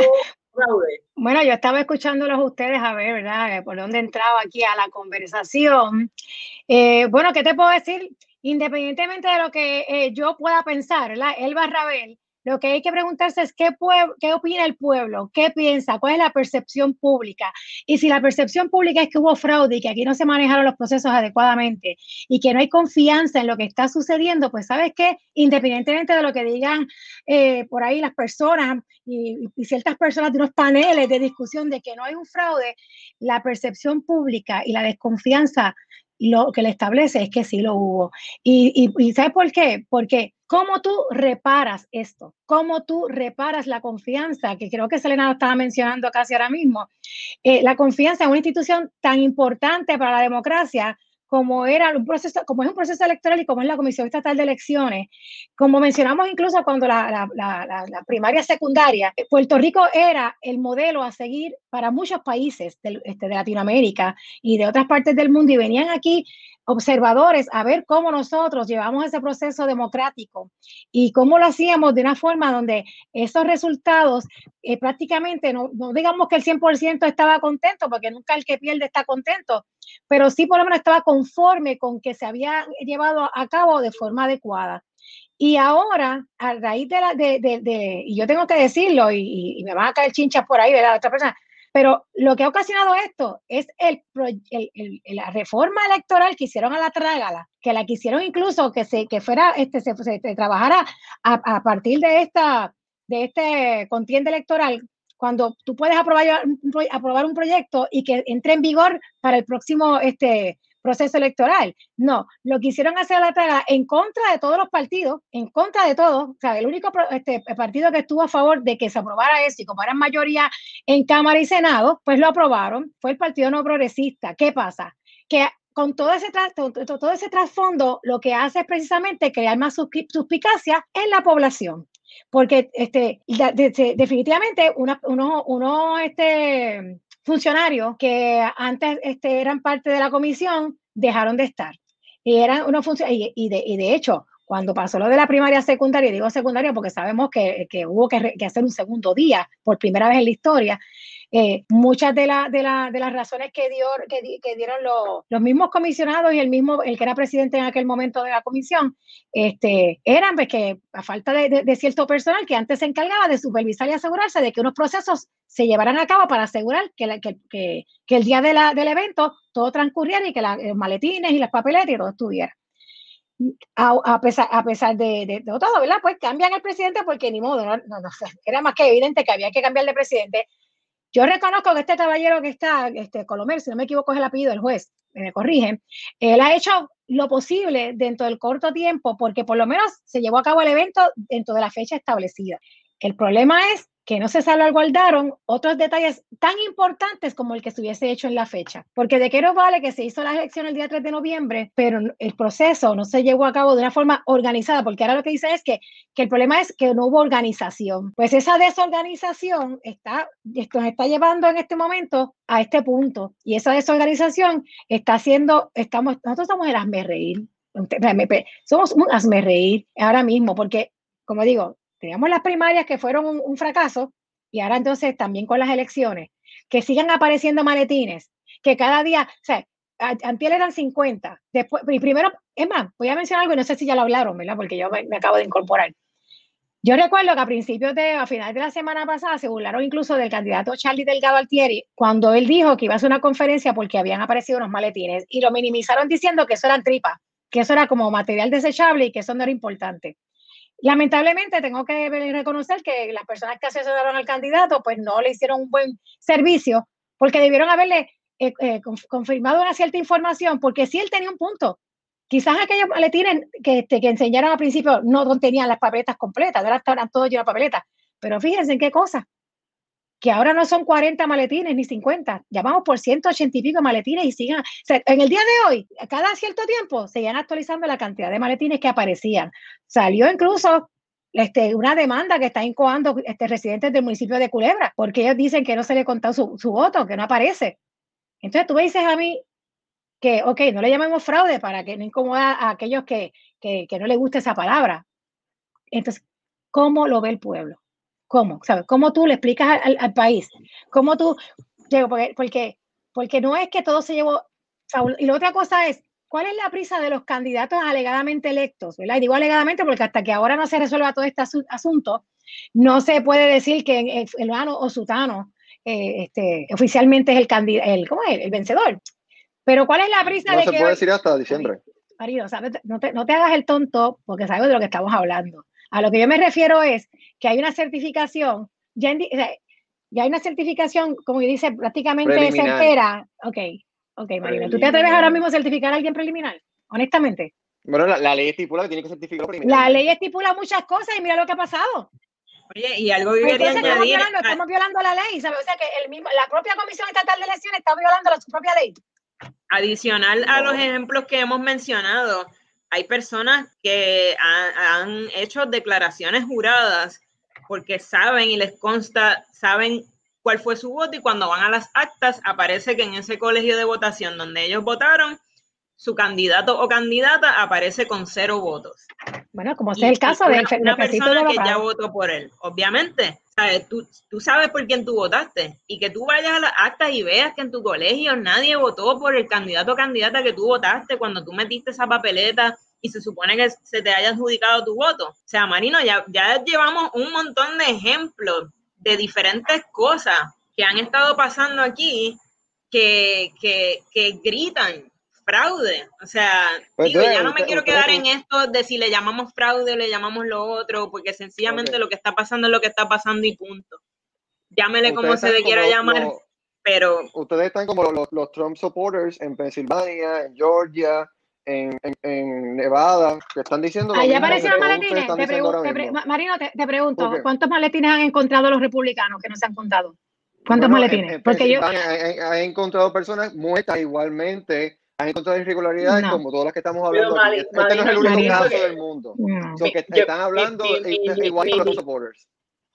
fraude. Bueno, yo estaba escuchándolos a ustedes a ver, ¿verdad? Por dónde entraba aquí a la conversación. Eh, bueno, ¿qué te puedo decir? Independientemente de lo que eh, yo pueda pensar, ¿verdad? Elba Rabel, lo que hay que preguntarse es qué, qué opina el pueblo, qué piensa, cuál es la percepción pública. Y si la percepción pública es que hubo fraude y que aquí no se manejaron los procesos adecuadamente y que no hay confianza en lo que está sucediendo, pues ¿sabes qué? Independientemente de lo que digan eh, por ahí las personas y, y ciertas personas de unos paneles de discusión de que no hay un fraude, la percepción pública y la desconfianza lo que le establece es que sí lo hubo. Y, y, y ¿sabes por qué? Porque ¿cómo tú reparas esto? ¿Cómo tú reparas la confianza? Que creo que Selena lo estaba mencionando casi ahora mismo. Eh, la confianza en una institución tan importante para la democracia como era un proceso, como es un proceso electoral y como es la Comisión Estatal de Elecciones, como mencionamos incluso cuando la, la, la, la, la primaria secundaria, Puerto Rico era el modelo a seguir para muchos países de, este, de Latinoamérica y de otras partes del mundo, y venían aquí observadores a ver cómo nosotros llevamos ese proceso democrático y cómo lo hacíamos de una forma donde esos resultados eh, prácticamente, no, no digamos que el cien por ciento estaba contento, porque nunca el que pierde está contento, pero sí por lo menos estaba conforme con que se había llevado a cabo de forma adecuada. Y ahora, a raíz de la, de, de, de y yo tengo que decirlo, y, y me van a caer chinchas por ahí, ¿verdad? Otra persona, pero lo que ha ocasionado esto es el, el, el, la reforma electoral que hicieron a la trágala, que la quisieron incluso que se que fuera este se, se, se trabajara a, a partir de esta de este contienda electoral, cuando tú puedes aprobar, aprobar un proyecto y que entre en vigor para el próximo este proceso electoral. No, lo quisieron hacer a la trágala en contra de todos los partidos, en contra de todos. O sea, el único este, partido que estuvo a favor de que se aprobara eso y como eran mayoría en Cámara y Senado, pues lo aprobaron, fue el Partido No Progresista. ¿Qué pasa? Que con todo ese, todo ese trasfondo, lo que hace es precisamente crear más suspicacia en la población. Porque este, de, de, definitivamente uno, uno, uno este, funcionarios que antes este, eran parte de la comisión dejaron de estar. Y eran unos funcionarios, y, y, de, y de hecho, cuando pasó lo de la primaria secundaria, digo secundaria porque sabemos que, que hubo que, re, que hacer un segundo día por primera vez en la historia, eh, muchas de, la, de, la, de las razones que, dio, que, que dieron los, los mismos comisionados y el mismo, el que era presidente en aquel momento de la comisión, este, eran pues que a falta de, de, de cierto personal que antes se encargaba de supervisar y asegurarse de que unos procesos se llevaran a cabo para asegurar que, la, que, que, que el día de la, del evento todo transcurriera y que la, los maletines y las papeletas y todo estuviera. A, a, pesar, a pesar de, de, de todo, ¿verdad? Pues cambian el presidente porque ni modo, no, no, no, era más que evidente que había que cambiar de presidente. Yo reconozco que este caballero que está, este Colomer, si no me equivoco es el apellido del juez, me corrigen, él ha hecho lo posible dentro del corto tiempo porque por lo menos se llevó a cabo el evento dentro de la fecha establecida. El problema es que no se salvaguardaron otros detalles tan importantes como el que estuviese hecho en la fecha. Porque de qué nos vale que se hizo la elección el día tres de noviembre, pero el proceso no se llevó a cabo de una forma organizada, porque ahora lo que dice es que, que el problema es que no hubo organización. Pues esa desorganización está, nos está llevando en este momento a este punto. Y esa desorganización está haciendo, estamos, nosotros somos el hazmerreír. Somos un hazmerreír ahora mismo, porque, como digo, teníamos las primarias que fueron un, un fracaso y ahora entonces también con las elecciones, que sigan apareciendo maletines, que cada día, o sea, antier eran cincuenta, después, y primero, es más, voy a mencionar algo y no sé si ya lo hablaron, ¿verdad? Porque yo me, me acabo de incorporar. Yo recuerdo que a principios de, a finales de la semana pasada se burlaron incluso del candidato Charlie Delgado Altieri cuando él dijo que iba a hacer una conferencia porque habían aparecido unos maletines y lo minimizaron diciendo que eso eran tripas, que eso era como material desechable y que eso no era importante. Lamentablemente tengo que reconocer que las personas que asesoraron al candidato pues no le hicieron un buen servicio porque debieron haberle eh, eh, confirmado una cierta información porque sí él tenía un punto. quizás aquellos maletines que, este, que enseñaron al principio no contenían las papeletas completas, ahora estaban todos llenos de papeletas, pero fíjense en qué cosa, que ahora no son cuarenta maletines ni cincuenta, ya vamos por ciento ochenta y pico maletines y siguen, o sea, en el día de hoy, cada cierto tiempo, seguían actualizando la cantidad de maletines que aparecían. Salió incluso este, una demanda que está incoando este, residentes del municipio de Culebra, porque ellos dicen que no se le contó su, su voto, que no aparece. Entonces tú me dices a mí que, ok, no le llamemos fraude para que no incomoda a aquellos que, que, que no les guste esa palabra. Entonces, ¿cómo lo ve el pueblo? ¿Cómo? ¿Sabes? ¿Cómo tú le explicas al, al país? ¿Cómo tú? Porque, porque, porque no es que todo se llevó. Y la otra cosa es, ¿cuál es la prisa de los candidatos alegadamente electos? ¿Verdad? Y digo alegadamente porque hasta que ahora no se resuelva todo este asunto, no se puede decir que el fulano o sutano eh, este, oficialmente es el candidato, el, ¿cómo es? El vencedor. Pero ¿cuál es la prisa no de se que puede hoy, decir hasta diciembre? Marido, ¿sabes? No, te, no te hagas el tonto porque sabes de lo que estamos hablando. A lo que yo me refiero es que hay una certificación, ya, en, ya hay una certificación, como dice, prácticamente preliminar. certera. Ok, ok, Marino. ¿Tú te atreves ahora mismo a certificar a alguien preliminar? Honestamente. Bueno, la, la ley estipula que tiene que certificar preliminar. La ley estipula muchas cosas y mira lo que ha pasado. Oye, y algo que quería Entonces, añadir. Estamos violando, estamos violando la ley, ¿sabes? O sea que el mismo, la propia Comisión Estatal de Elecciones está violando la, su propia ley. Adicional a los ejemplos que hemos mencionado, hay personas que han, han hecho declaraciones juradas porque saben y les consta, saben cuál fue su voto y cuando van a las actas aparece que en ese colegio de votación donde ellos votaron, su candidato o candidata aparece con cero votos. Bueno, como ese es el caso de una persona que ya votó por él. Obviamente, ¿sabes? Tú, tú sabes por quién tú votaste y que tú vayas a las actas y veas que en tu colegio nadie votó por el candidato o candidata que tú votaste cuando tú metiste esa papeleta y se supone que se te haya adjudicado tu voto. O sea, Marino, ya, ya llevamos un montón de ejemplos de diferentes cosas que han estado pasando aquí que, que, que gritan fraude. O sea, pues digo, ya no usted, me quiero usted, quedar usted, en esto de si le llamamos fraude, le llamamos lo otro, porque sencillamente okay. Lo que está pasando es lo que está pasando y punto. Llámele como se le quiera llamar, lo, pero... Ustedes están como los, los Trump supporters en Pensilvania, en Georgia, en, en, en Nevada, que están diciendo... Allá aparecieron maletines. Te pregunto, te pre Marino, te, te pregunto, ¿cuántos maletines han encontrado los republicanos que no se han contado? ¿Cuántos bueno, maletines? En, en porque yo... han encontrado personas muertas igualmente. Han encontrado irregularidades no. como todas las que estamos hablando Mali, aquí. Este Mali, no es el Mali, único caso que, del mundo. No. So que yo, están hablando mi, mi, mi, igual mi, que los mi, supporters.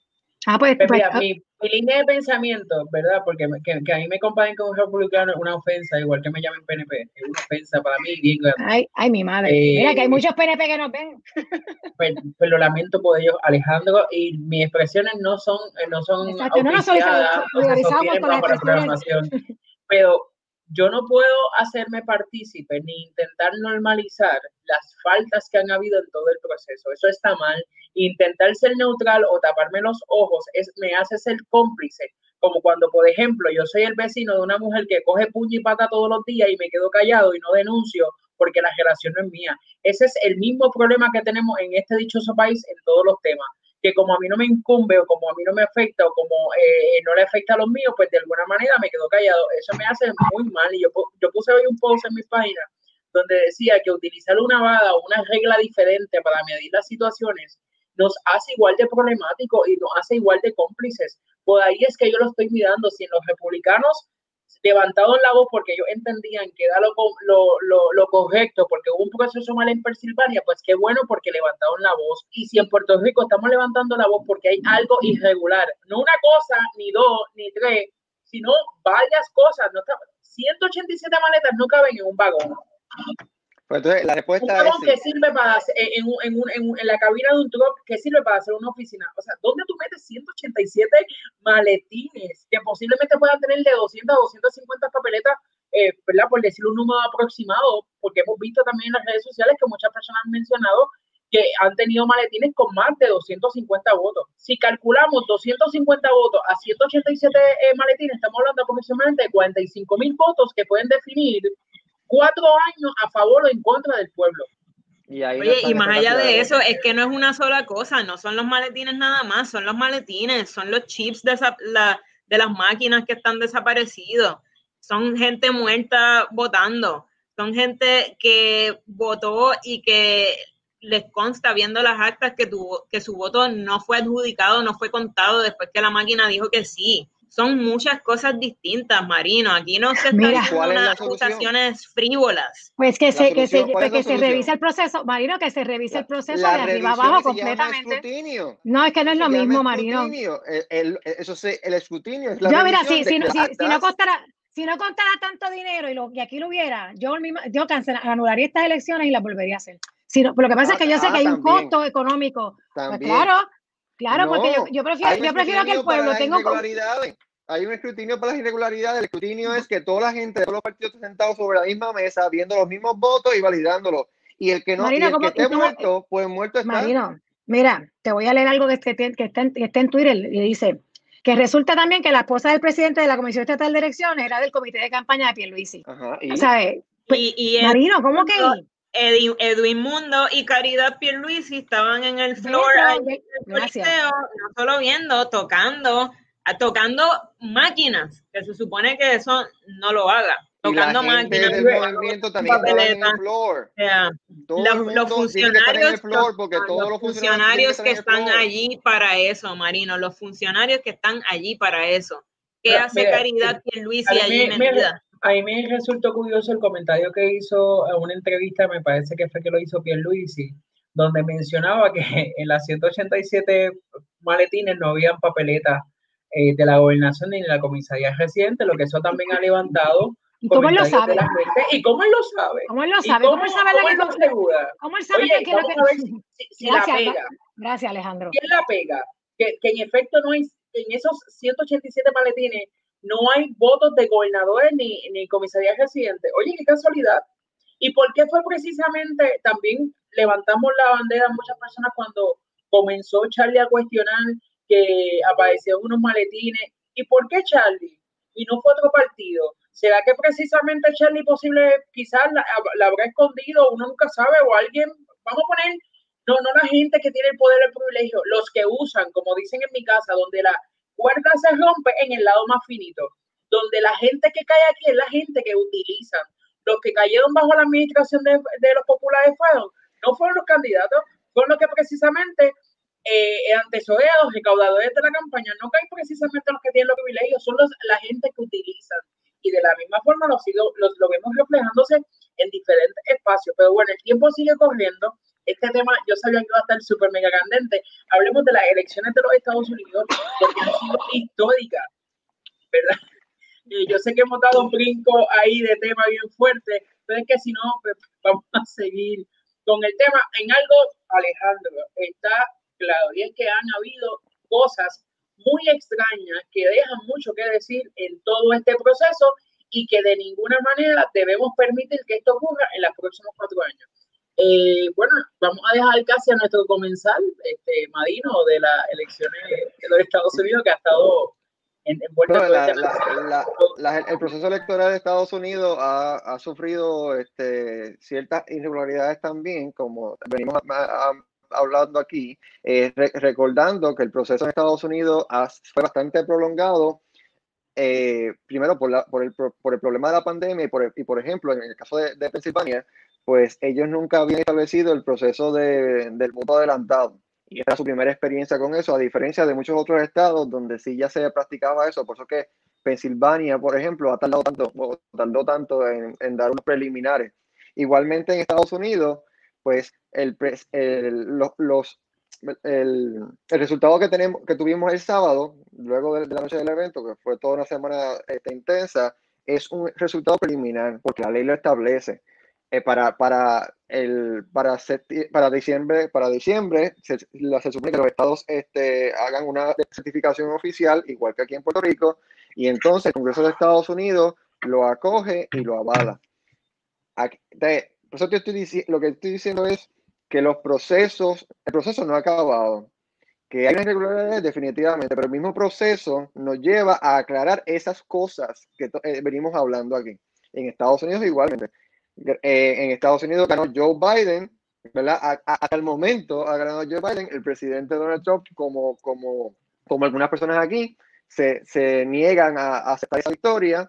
Ah, pues, pues, pues mira, ah. mi, mi línea de pensamiento, ¿verdad? Porque me, que, que a mí me comparen con un republicano es una ofensa, igual que me llamen P N P. Es una ofensa para mí bien grande. Ay, ay, mi madre. Eh, mira que hay muchos P N P que nos ven. Pues, pues lo lamento por ellos, Alejandro, y mis expresiones no son, no son Exacto, auspiciadas, no no se sostienen bajo la programación. Pero yo no puedo hacerme partícipe ni intentar normalizar las faltas que han habido en todo el proceso. Eso está mal. Intentar ser neutral o taparme los ojos es, me hace ser cómplice. Como cuando, por ejemplo, yo soy el vecino de una mujer que coge puño y pata todos los días y me quedo callado y no denuncio porque la relación no es mía. Ese es el mismo problema que tenemos en este dichoso país en todos los temas. Que como a mí no me incumbe o como a mí no me afecta o como eh, no le afecta a los míos, pues de alguna manera me quedo callado. Eso me hace muy mal. Y yo, yo puse hoy un post en mi página donde decía que utilizar una vara o una regla diferente para medir las situaciones nos hace igual de problemáticos y nos hace igual de cómplices. Por ahí es que yo lo estoy mirando. Si en los republicanos levantaron la voz porque ellos entendían que era lo, lo, lo, lo correcto, porque hubo un proceso mal en Pensilvania, pues qué bueno porque levantaron la voz. Y si en Puerto Rico estamos levantando la voz porque hay algo irregular, no una cosa, ni dos, ni tres, sino varias cosas. No está, ciento ochenta y siete maletas no caben en un vagón. Pues entonces, la respuesta un vagón es que sí. sirve para hacer, en, un, en, un, en, un, en la cabina de un truck que sirve para hacer una oficina. O sea, ¿dónde tú metes ciento ochenta y siete maletines que posiblemente puedan tener de doscientas a doscientas cincuenta papeletas, eh, ¿verdad? Por decir un número aproximado, porque hemos visto también en las redes sociales que muchas personas han mencionado que han tenido maletines con más de doscientos cincuenta votos. Si calculamos doscientos cincuenta votos a ciento ochenta y siete eh, maletines, estamos hablando aproximadamente de cuarenta y cinco mil votos que pueden definir cuatro años a favor o en contra del pueblo. Y ahí Oye, no y más allá de eso, es que no es una sola cosa, no son los maletines nada más, son los maletines, son los chips de, esa, la, de las máquinas que están desaparecidos, son gente muerta votando. son gente que votó y que les consta viendo las actas que, tuvo, que su voto no fue adjudicado, no fue contado después que la máquina dijo que sí. Son muchas cosas distintas, Marino. Aquí no se están haciendo unas acusaciones frívolas. Pues que se, que se, pues que se revise el proceso, Marino, que se revise la, el proceso de arriba abajo completamente. No, es que no es lo mismo, Marino. El, el, eso se, el escrutinio es la yo, mira, si, si, no, si, si no costara, si no costara tanto dinero y, lo, y aquí lo hubiera, yo, misma, yo cancel, anularía estas elecciones y las volvería a hacer. Si no, lo que pasa ah, es que yo sé ah, que hay también. un costo económico. Pues claro, claro, no, porque yo, yo prefiero, yo prefiero que el pueblo tenga un... Hay un escrutinio para las irregularidades. El escrutinio es que toda la gente de todos los partidos estén sentados sobre la misma mesa, viendo los mismos votos y validándolos. Y el que no, Marino, y el ¿cómo, que esté cómo, muerto, pues muerto está. Marino, mira, te voy a leer algo que, que, que, está en, que está en Twitter y dice que resulta también que la esposa del presidente de la Comisión Estatal de Elecciones era del comité de campaña de Pierluisi. Ajá, ¿y? O sea, pues, y, y Marino, ¿cómo que? Edwin, Edwin Mundo y Caridad Pierluisi estaban en el floor, Dentro, ahí, en el coliseo, no solo viendo, tocando, tocando máquinas, que se supone que eso no lo haga. Tocando máquinas. El movimiento también estaba en el floor. Yeah. Los, los funcionarios, floor porque los, todos los funcionarios que, que están allí para eso, Marino, los funcionarios que están allí para eso. ¿Qué Pero, hace mira, Caridad Pierluisi allí metida? A mí me resultó curioso el comentario que hizo en una entrevista, me parece que fue que lo hizo Pierluisi, donde mencionaba que en las ciento ochenta y siete maletines no habían papeletas eh, de la gobernación ni de la comisaría residente, lo que eso también ha levantado. ¿Y cómo él lo sabe? ¿Y cómo él lo sabe? ¿Cómo él lo sabe? ¿Cómo, ¿Cómo él sabe ¿cómo lo que asegura? ¿Cómo él sabe Oye, que, que lo que a ver si, si, si gracias, la pega? Gracias, Alejandro. ¿Quién la pega? Que, que en efecto no hay, en esos ciento ochenta y siete maletines no hay votos de gobernadores ni, ni comisaría residente. Oye, qué casualidad. ¿Y por qué fue precisamente? También levantamos la bandera muchas personas cuando comenzó Charlie a cuestionar que aparecieron unos maletines. ¿Y por qué Charlie? Y no fue otro partido. ¿Será que precisamente Charlie posible quizás la, la habrá escondido? Uno nunca sabe, o alguien, vamos a poner, no, no la gente que tiene el poder, el privilegio, los que usan, como dicen en mi casa, donde la cuerda se rompe en el lado más finito, donde la gente que cae aquí es la gente que utilizan. Los que cayeron bajo la administración de, de los populares fueron, no fueron los candidatos, fueron los que precisamente eh, antesoreados, recaudadores de la campaña, no caen precisamente los que tienen los privilegios, son los, la gente que utilizan. Y de la misma forma lo, sigo, lo, lo vemos reflejándose en diferentes espacios. Pero bueno, el tiempo sigue corriendo. Este tema yo sabía que iba a estar súper mega candente. Hablemos de las elecciones de los Estados Unidos, porque han sido históricas, ¿verdad? Y yo sé que hemos dado un brinco ahí de tema bien fuerte, pero es que si no, pues vamos a seguir con el tema. En algo, Alejandro, está claro, y es que han habido cosas muy extrañas que dejan mucho que decir en todo este proceso y que de ninguna manera debemos permitir que esto ocurra en los próximos cuatro años. Eh, bueno, vamos a dejar casi a nuestro comensal, este, Madino, de las elecciones de los Estados Unidos, que ha estado en, en bueno, la, la, la, la, el proceso electoral de Estados Unidos ha, ha sufrido este, ciertas irregularidades también, como venimos a, a, hablando aquí, eh, re, recordando que el proceso en Estados Unidos ha, fue bastante prolongado, eh, primero por, la, por, el, por el problema de la pandemia y por, y por ejemplo, en el caso de, de Pensilvania, pues ellos nunca habían establecido el proceso de, del voto adelantado. Y era su primera experiencia con eso, a diferencia de muchos otros estados donde sí ya se practicaba eso. Por eso que Pensilvania, por ejemplo, ha tardado tanto, o tardó tanto en, en dar unos preliminares. Igualmente en Estados Unidos, pues el, el, los, los, el, el resultado que, tenemos, que tuvimos el sábado, luego de, de la noche del evento, que fue toda una semana este, intensa, es un resultado preliminar, porque la ley lo establece. Eh, para, para, el, para, para diciembre, para diciembre se, se supone que los estados este, hagan una certificación oficial, igual que aquí en Puerto Rico, y entonces el Congreso de Estados Unidos lo acoge y lo avala. Aquí, de, por eso te estoy, lo que estoy diciendo es que los procesos, el proceso no ha acabado, que hay irregularidades definitivamente, pero el mismo proceso nos lleva a aclarar esas cosas que eh, venimos hablando aquí. En Estados Unidos igualmente. Eh, en Estados Unidos ganó Joe Biden, ¿verdad? A, a, hasta el momento ha ganado Joe Biden. El presidente Donald Trump, como, como, como algunas personas aquí, se, se niegan a, a aceptar esa victoria.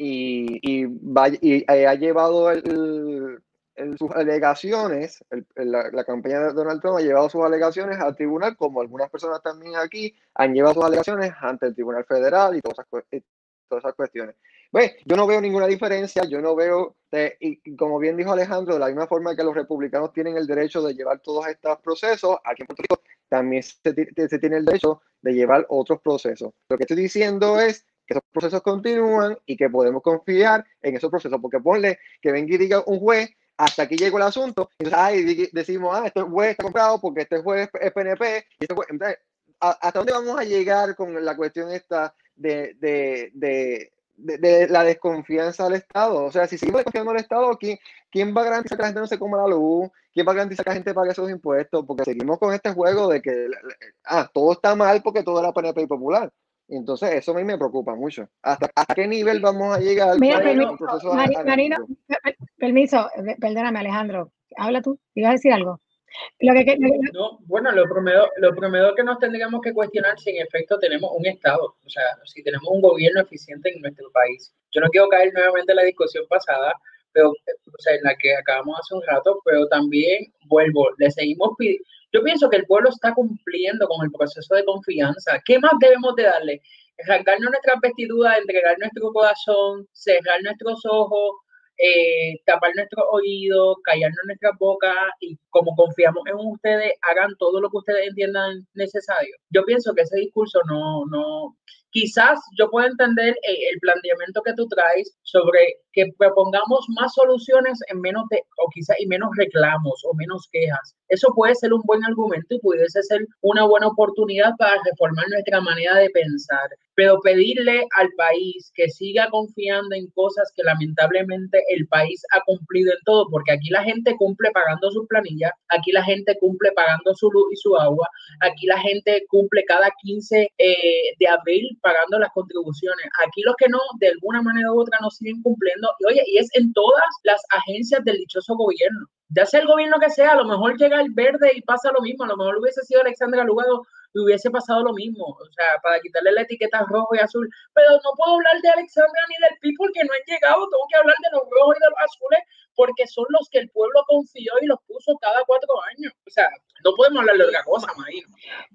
y, y, va, y eh, ha llevado el, el, el, sus alegaciones, el, la, la campaña de Donald Trump ha llevado sus alegaciones al tribunal, como algunas personas también aquí han llevado sus alegaciones ante el Tribunal Federal y todas esas, y todas esas cuestiones. Pues, yo no veo ninguna diferencia, yo no veo, eh, y como bien dijo Alejandro, de la misma forma que los republicanos tienen el derecho de llevar todos estos procesos, aquí en Puerto Rico también se, se tiene el derecho de llevar otros procesos. Lo que estoy diciendo es que esos procesos continúan y que podemos confiar en esos procesos, porque ponle que venga y diga un juez, hasta aquí llegó el asunto, y entonces, ay, decimos, ah, este juez está comprado porque este juez es P N P, y este juez, entonces, ¿hasta dónde vamos a llegar con la cuestión esta de, de, de, de, de la desconfianza del Estado? O sea, si seguimos desconfiando del Estado, ¿quién, ¿quién va a garantizar que la gente no se coma la luz? ¿Quién va a garantizar que la gente pague esos impuestos? Porque seguimos con este juego de que ah, todo está mal porque todo era P N P y popular. Entonces, eso a mí me preocupa mucho. ¿Hasta, hasta qué nivel vamos a llegar? Mira, con permi el proceso Mari Marino, analítico? permiso, perdóname, Alejandro. Habla tú, ¿ibas a decir algo? Lo que, lo que... No, bueno, lo primero, lo primero que nos tendríamos que cuestionar si en efecto tenemos un Estado, o sea, si tenemos un gobierno eficiente en nuestro país. Yo no quiero caer nuevamente en la discusión pasada, pero, o sea, en la que acabamos hace un rato, pero también vuelvo, le seguimos pidiendo. Yo pienso que el pueblo está cumpliendo con el proceso de confianza. ¿Qué más debemos de darle? Arrancarnos nuestras vestiduras, entregar nuestro corazón, cerrar nuestros ojos, eh, tapar nuestros oídos, callarnos nuestras bocas y como confiamos en ustedes, hagan todo lo que ustedes entiendan necesario. Yo pienso que ese discurso no, no, quizás yo puedo entender el, el planteamiento que tú traes sobre que propongamos más soluciones en menos de, o quizás y menos reclamos o menos quejas. Eso puede ser un buen argumento y pudiese ser una buena oportunidad para reformar nuestra manera de pensar. Pero pedirle al país que siga confiando en cosas que lamentablemente el país ha cumplido en todo, porque aquí la gente cumple pagando sus planillas, aquí la gente cumple pagando su luz y su agua, aquí la gente cumple cada quince eh, de abril pagando las contribuciones. Aquí los que no, de alguna manera u otra, no siguen cumpliendo. Y oye, y es en todas las agencias del dichoso gobierno. Ya sea el gobierno que sea, a lo mejor llega el verde y pasa lo mismo, a lo mejor hubiese sido Alexandra Lugaro y hubiese pasado lo mismo, o sea, para quitarle la etiqueta rojo y azul, pero no puedo hablar de Alexandra ni del P I porque no han llegado, tengo que hablar de los rojos y de los azules porque son los que el pueblo confió y los puso cada cuatro años, o sea, no podemos hablar de otra cosa, Marino.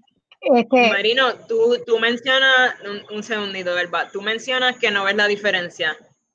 Este... Marino, tú, tú mencionas, un, un segundito, ¿verdad? Tú mencionas que no ves la diferencia.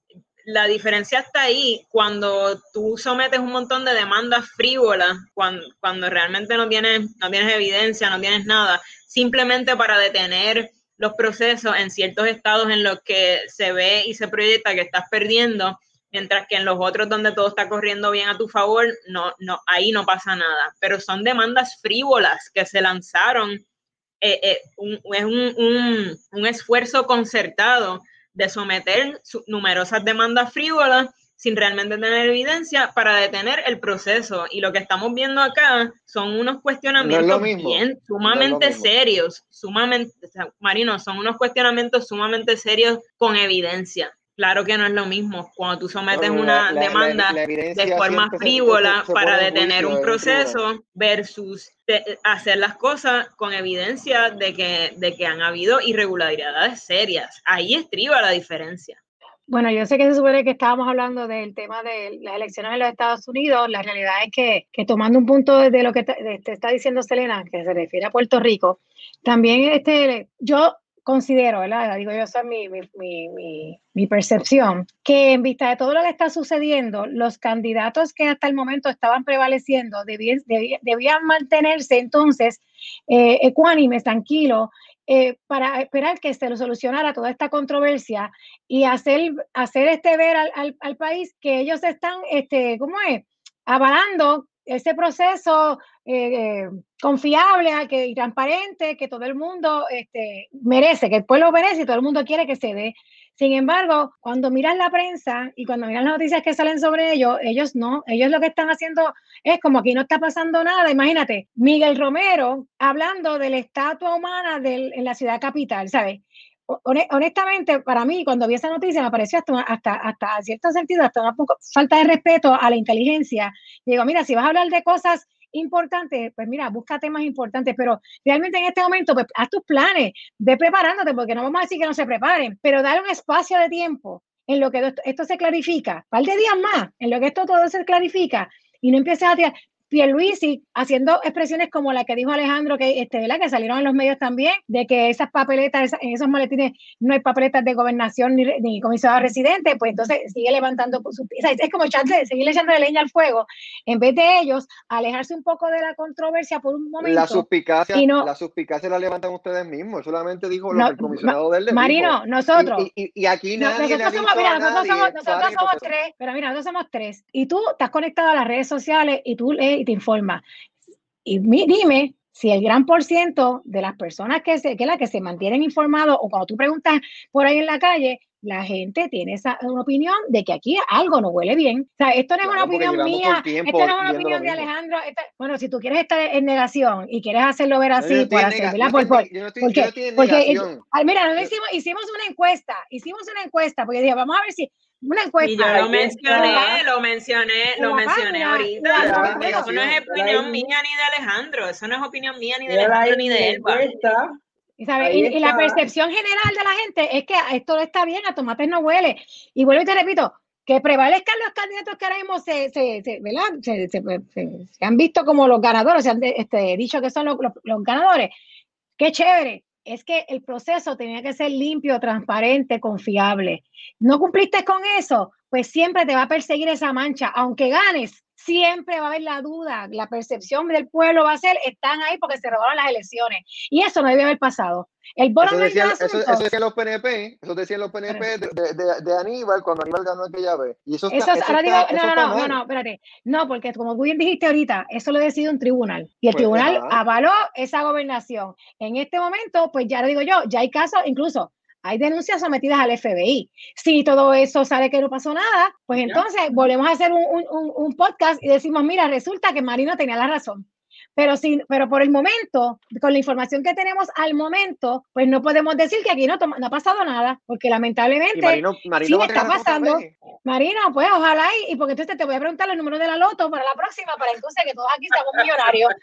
La diferencia está ahí cuando tú sometes un montón de demandas frívolas, cuando, cuando realmente no tienes, no tienes evidencia, no tienes nada, simplemente para detener los procesos en ciertos estados en los que se ve y se proyecta que estás perdiendo, mientras que en los otros donde todo está corriendo bien a tu favor, no, no, ahí no pasa nada. Pero son demandas frívolas que se lanzaron, eh, eh, un, es un, un, un esfuerzo concertado de someter numerosas demandas frívolas sin realmente tener evidencia para detener el proceso. Y lo que estamos viendo acá son unos cuestionamientos no bien sumamente no serios, sumamente, o sea, Marino, son unos cuestionamientos sumamente serios con evidencia. Claro que no es lo mismo cuando tú sometes no, no, una la, demanda la, la de forma frívola se, se para detener un proceso versus de, hacer las cosas con evidencia de que, de que han habido irregularidades serias. Ahí estriba la diferencia. Bueno, yo sé que se supone que estábamos hablando del tema de las elecciones en los Estados Unidos. La realidad es que, que tomando un punto de lo que te, de, te está diciendo Selena, que se refiere a Puerto Rico, también este, yo considero, ¿verdad? Digo yo, esa es mi, mi, mi, mi, mi percepción, que en vista de todo lo que está sucediendo, los candidatos que hasta el momento estaban prevaleciendo debían, debían, debían mantenerse entonces eh, ecuánimes, tranquilos, eh, para esperar que se lo solucionara toda esta controversia y hacer, hacer este ver al, al, al país que ellos están, este, ¿cómo es? Avalando ese proceso eh, eh, confiable que, y transparente que todo el mundo este, merece, que el pueblo merece y todo el mundo quiere que se dé. Sin embargo, cuando miras la prensa y cuando miras las noticias que salen sobre ellos, ellos no, ellos lo que están haciendo es como aquí no está pasando nada. Imagínate, Miguel Romero hablando de la estatua humana del, en la ciudad capital, ¿sabes? Honestamente, para mí, cuando vi esa noticia, me pareció hasta, hasta, hasta en cierto sentido, hasta una poco, falta de respeto a la inteligencia. Y digo, mira, si vas a hablar de cosas importantes, pues mira, busca temas importantes, pero realmente en este momento, pues haz tus planes, ve preparándote, porque no vamos a decir que no se preparen, pero dale un espacio de tiempo en lo que esto, esto se clarifica, un par de días más, en lo que esto todo se clarifica, y no empieces a tirar. Pierluisi haciendo expresiones como la que dijo Alejandro, que, este, ¿verdad? Que salieron en los medios también, de que esas papeletas, esa, en esos maletines no hay papeletas de gobernación ni, ni comisionado residente, pues entonces sigue levantando, su, o sea, es como echarle, seguirle echando leña al fuego, en vez de ellos alejarse un poco de la controversia por un momento. La suspicacia, no, la suspicacia la levantan ustedes mismos, solamente dijo lo no, que el comisionado ma, de él le Marino, dijo. nosotros. Y, y, y aquí nadie no, le ha somos, dicho mira, a nosotros nadie, somos, nosotros somos tres, pero mira, nosotros somos tres, y tú estás conectado a las redes sociales y tú lees y te informas. Y dime si el gran por ciento de las personas que se, que la que se mantienen informados, o cuando tú preguntas por ahí en la calle, la gente tiene esa una opinión de que aquí algo no huele bien. O sea, esto no es claro, una opinión mía, esto no es una opinión de Alejandro. Esto, bueno, si tú quieres estar en negación y quieres hacerlo ver así, no, por hacer, ¿verdad? Por, por, yo no estoy, porque, yo no estoy en porque, negación. Porque, mira, nosotros hicimos, hicimos una encuesta, hicimos una encuesta, porque dije, vamos a ver si una encuesta. Y yo lo mencioné, lo mencioné, lo mencioné ahorita. La, la, eso no es opinión mía ni de Alejandro, eso no es opinión mía ni de Alejandro ni de Elba. Y, y, y la percepción general de la gente es que esto está bien, a tomates no huele. Y vuelvo y te repito, que prevalezcan los candidatos que ahora mismo se, se, se, ¿verdad? se, se, se, se han visto como los ganadores, se han este, dicho que son los, los, los ganadores. Qué chévere. Es que el proceso tenía que ser limpio, transparente, confiable. ¿No cumpliste con eso? Pues siempre te va a perseguir esa mancha. Aunque ganes, siempre va a haber la duda. La percepción del pueblo va a ser, están ahí porque se robaron las elecciones. Y eso no debe haber pasado. El eso, decían, eso, eso decían los P N P, eso decían los P N P de, de, de Aníbal cuando Aníbal ganó aquella vez. Y eso está, eso ahora está, digo, eso no, no, no, no, espérate. No, porque como tú bien dijiste ahorita, eso lo decide un tribunal. Y el pues, tribunal ajá. avaló esa gobernación. En este momento, pues ya lo digo yo, ya hay casos, incluso hay denuncias sometidas al F B I. Si todo eso sale que no pasó nada, pues ya. entonces volvemos a hacer un, un, un podcast y decimos, mira, resulta que Marino tenía la razón. Pero, sí, pero por el momento, con la información que tenemos al momento, pues no podemos decir que aquí no, toma, no ha pasado nada, porque lamentablemente Marino, Marino sí está pasando. Marino, pues ojalá y, y porque entonces te voy a preguntar los números de la loto para la próxima, para entonces que todos aquí seamos millonarios.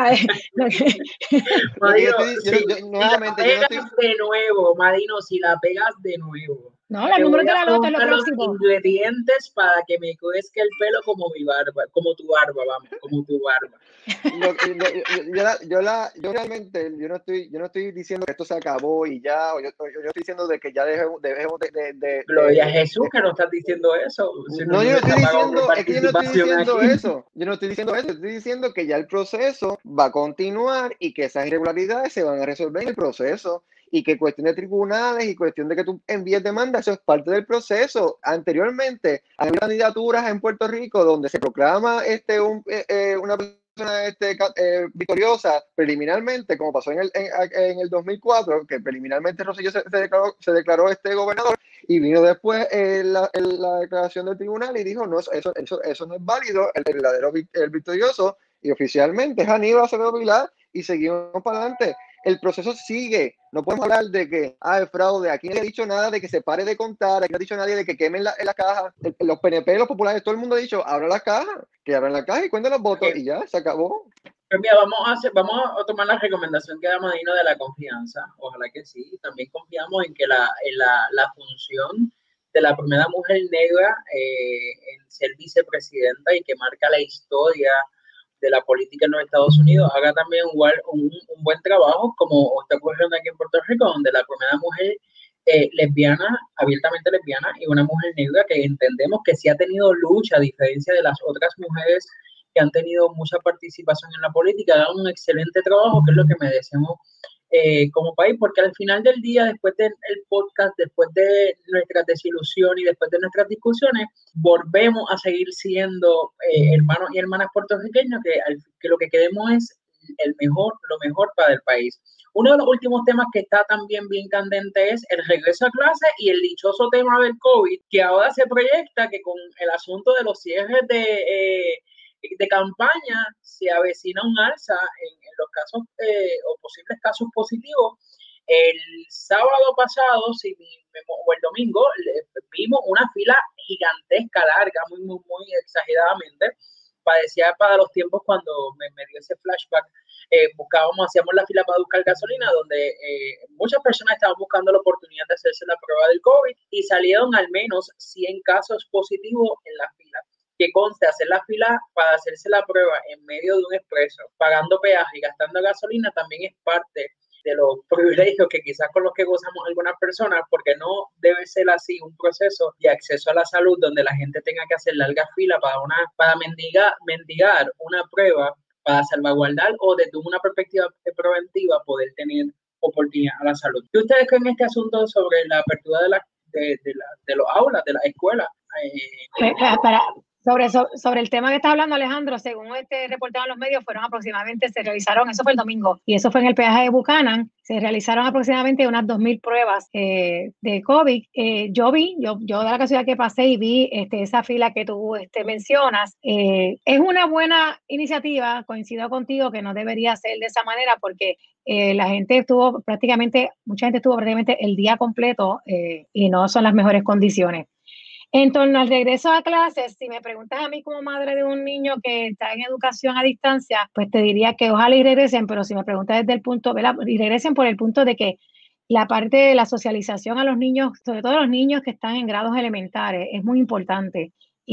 Marino, si, si la pegas de nuevo, Marino, si la pegas de nuevo. No, los números de la loto es lo próximo. Los ingredientes para que me crezca el pelo como mi barba, como tu barba, vamos, como tu barba. Lo, lo, yo, yo, la, yo, la, yo realmente, yo no estoy, yo no estoy diciendo que esto se acabó y ya, yo, yo, yo estoy diciendo de que ya dejemos, dejemos de, de, de Gloria a Jesús de, que no estás diciendo eso. Si no, no, yo no estoy diciendo, es que yo no estoy diciendo aquí. eso, yo no estoy diciendo eso, estoy diciendo que ya el proceso va a continuar y que esas irregularidades se van a resolver en el proceso. Y que cuestión de tribunales y cuestión de que tú envíes demanda, eso es parte del proceso. Anteriormente, hay candidaturas en Puerto Rico donde se proclama este, un, eh, una persona este, eh, victoriosa preliminarmente, como pasó en el, en, en el dos mil cuatro, que preliminarmente Rosselló se, se, declaró, se declaró este gobernador, y vino después eh, la, el, la declaración del tribunal y dijo, no, eso, eso, eso no es válido, el verdadero el victorioso, y oficialmente es Aníbal Acevedo Vilá, y seguimos para adelante. El proceso sigue. No podemos hablar de que, ah, el fraude. Aquí no ha dicho nada de que se pare de contar. Aquí no ha dicho nadie de que quemen la, en la caja. Los P N P, los populares, todo el mundo ha dicho, abran la caja, que abran la caja y cuenten los votos. Okay. Y ya, se acabó. Pues mira, vamos a, hacer, vamos a tomar la recomendación que da Marino de la confianza. Ojalá que sí. También confiamos en que la, en la, la función de la primera mujer negra eh, en ser vicepresidenta y que marca la historia de la política en los Estados Unidos, haga también igual un, un buen trabajo, como está ocurriendo aquí en Puerto Rico, donde la primera mujer eh, lesbiana, abiertamente lesbiana, y una mujer negra que entendemos que sí ha tenido lucha, a diferencia de las otras mujeres que han tenido mucha participación en la política, hagan un excelente trabajo, que es lo que merecemos eh, como país, porque al final del día, después del podcast, después de nuestras desilusiones y después de nuestras discusiones, volvemos a seguir siendo eh, hermanos y hermanas puertorriqueños, que, que lo que queremos es el mejor, lo mejor para el país. Uno de los últimos temas que está también bien candente es el regreso a clase y el dichoso tema del COVID, que ahora se proyecta que con el asunto de los cierres de... Eh, de campaña se avecina un alza en, en los casos eh, o posibles casos positivos. El sábado pasado, si, o el domingo, vimos una fila gigantesca, larga, muy, muy, muy exageradamente, padecía para los tiempos cuando me, me dio ese flashback, eh, buscábamos, hacíamos la fila para buscar gasolina, donde eh, muchas personas estaban buscando la oportunidad de hacerse la prueba del COVID y salieron al menos cien casos positivos en la fila. Que conste, hacer la fila para hacerse la prueba en medio de un expreso, pagando peaje y gastando gasolina, también es parte de los privilegios que quizás con los que gozamos algunas personas, porque no debe ser así un proceso de acceso a la salud donde la gente tenga que hacer larga fila para, una, para mendigar, mendigar una prueba para salvaguardar o desde una perspectiva preventiva poder tener oportunidad a la salud. ¿Qué ustedes creen en este asunto sobre la apertura de, la, de, de, la, de los aulas, de las escuelas? Eh, para, Sobre, sobre el tema que está hablando Alejandro, según este reportado en los medios, fueron aproximadamente, se realizaron, eso fue el domingo, y eso fue en el peaje de Buchanan, se realizaron aproximadamente unas dos mil pruebas eh, de COVID. Eh, yo vi, yo, yo de la casualidad que pasé y vi este, esa fila que tú este, mencionas. Eh, es una buena iniciativa, coincido contigo que no debería ser de esa manera porque eh, la gente estuvo prácticamente, mucha gente estuvo prácticamente el día completo eh, y no son las mejores condiciones. En torno al regreso a clases, si me preguntas a mí como madre de un niño que está en educación a distancia, pues te diría que ojalá y regresen, pero si me preguntas desde el punto, ¿verdad? Y regresen por el punto de que la parte de la socialización a los niños, sobre todo a los niños que están en grados elementares, es muy importante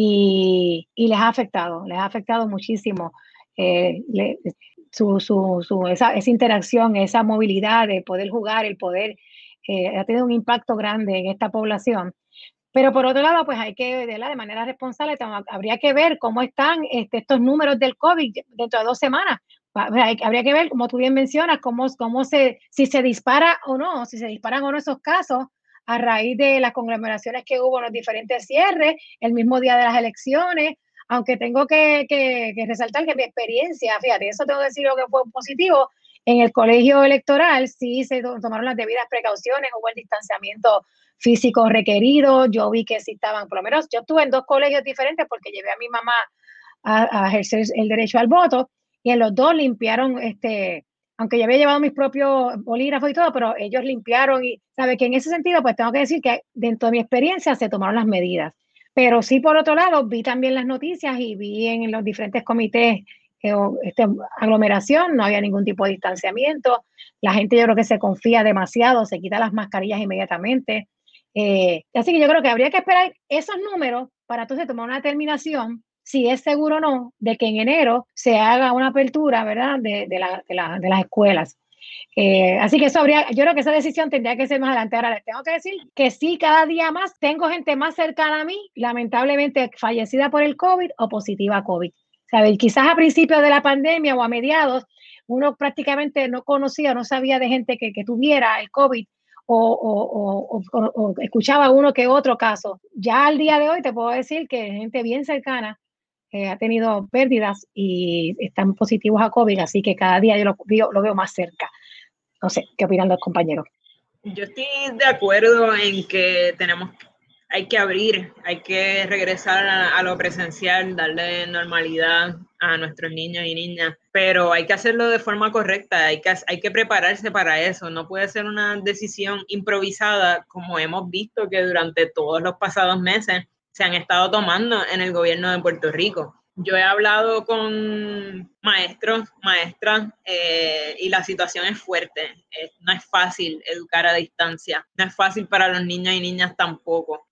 y, y les ha afectado, les ha afectado muchísimo eh, le, su, su, su, esa, esa interacción, esa movilidad de poder jugar, el poder, eh, ha tenido un impacto grande en esta población. Pero por otro lado, pues hay que, de, la, de manera responsable, habría que ver cómo están este, estos números del COVID dentro de dos semanas. Habría que ver, como tú bien mencionas, cómo, cómo se, si se dispara o no, si se disparan o no esos casos a raíz de las conglomeraciones que hubo en los diferentes cierres, el mismo día de las elecciones, aunque tengo que, que, que resaltar que mi experiencia, fíjate, eso tengo que decir lo que fue positivo, en el colegio electoral sí se tomaron las debidas precauciones, hubo el distanciamiento físico requerido, yo vi que sí estaban, por lo menos yo estuve en dos colegios diferentes porque llevé a mi mamá a, a ejercer el derecho al voto y en los dos limpiaron, este, aunque yo había llevado mis propios bolígrafos y todo, pero ellos limpiaron y sabe que en ese sentido pues tengo que decir que dentro de mi experiencia se tomaron las medidas, pero sí por otro lado vi también las noticias y vi en los diferentes comités Este, aglomeración, no había ningún tipo de distanciamiento, la gente yo creo que se confía demasiado, se quita las mascarillas inmediatamente, eh, así que yo creo que habría que esperar esos números para entonces tomar una determinación si es seguro o no de que en enero se haga una apertura, ¿verdad?, de, de, la, de, la, de las escuelas. Eh, así que eso habría, yo creo que esa decisión tendría que ser más adelante. Ahora les tengo que decir que sí, cada día más tengo gente más cercana a mí, lamentablemente fallecida por el COVID o positiva a COVID. ¿Sabes? Quizás a principios de la pandemia o a mediados, uno prácticamente no conocía, no sabía de gente que, que tuviera el COVID o, o, o, o, o escuchaba uno que otro caso. Ya al día de hoy te puedo decir que gente bien cercana eh, ha tenido pérdidas y están positivos a COVID, así que cada día yo lo, yo lo veo más cerca. No sé, ¿qué opinan los compañeros? Yo estoy de acuerdo en que tenemos hay que abrir, hay que regresar a, a lo presencial, darle normalidad a nuestros niños y niñas, pero hay que hacerlo de forma correcta, hay que, hay que prepararse para eso, no puede ser una decisión improvisada como hemos visto que durante todos los pasados meses se han estado tomando en el gobierno de Puerto Rico. Yo he hablado con maestros, maestras, eh, y la situación es fuerte. Eh, no es fácil educar a distancia, no es fácil para los niños y niñas tampoco.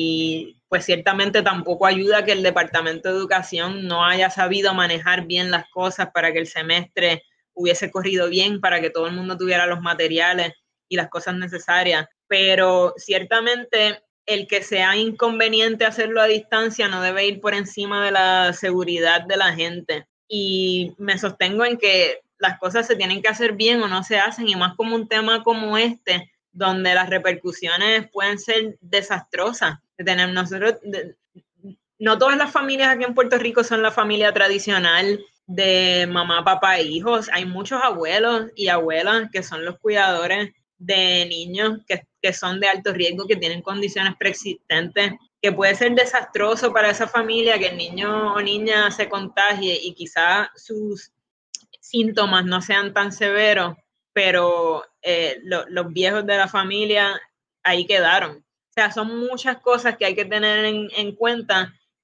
Y pues ciertamente tampoco ayuda que el Departamento de Educación no haya sabido manejar bien las cosas para que el semestre hubiese corrido bien, para que todo el mundo tuviera los materiales y las cosas necesarias. Pero ciertamente el que sea inconveniente hacerlo a distancia no debe ir por encima de la seguridad de la gente. Y me sostengo en que las cosas se tienen que hacer bien o no se hacen, y más como un tema como este, donde las repercusiones pueden ser desastrosas. De tener nosotros, de, no todas las familias aquí en Puerto Rico son la familia tradicional de mamá, papá e hijos. Hay muchos abuelos y abuelas que son los cuidadores de niños que, que son de alto riesgo, que tienen condiciones preexistentes, que puede ser desastroso para esa familia que el niño o niña se contagie y quizá sus síntomas no sean tan severos, pero eh, lo, los viejos de la familia ahí quedaron. O sea, son muchas cosas que hay que tener en, en cuenta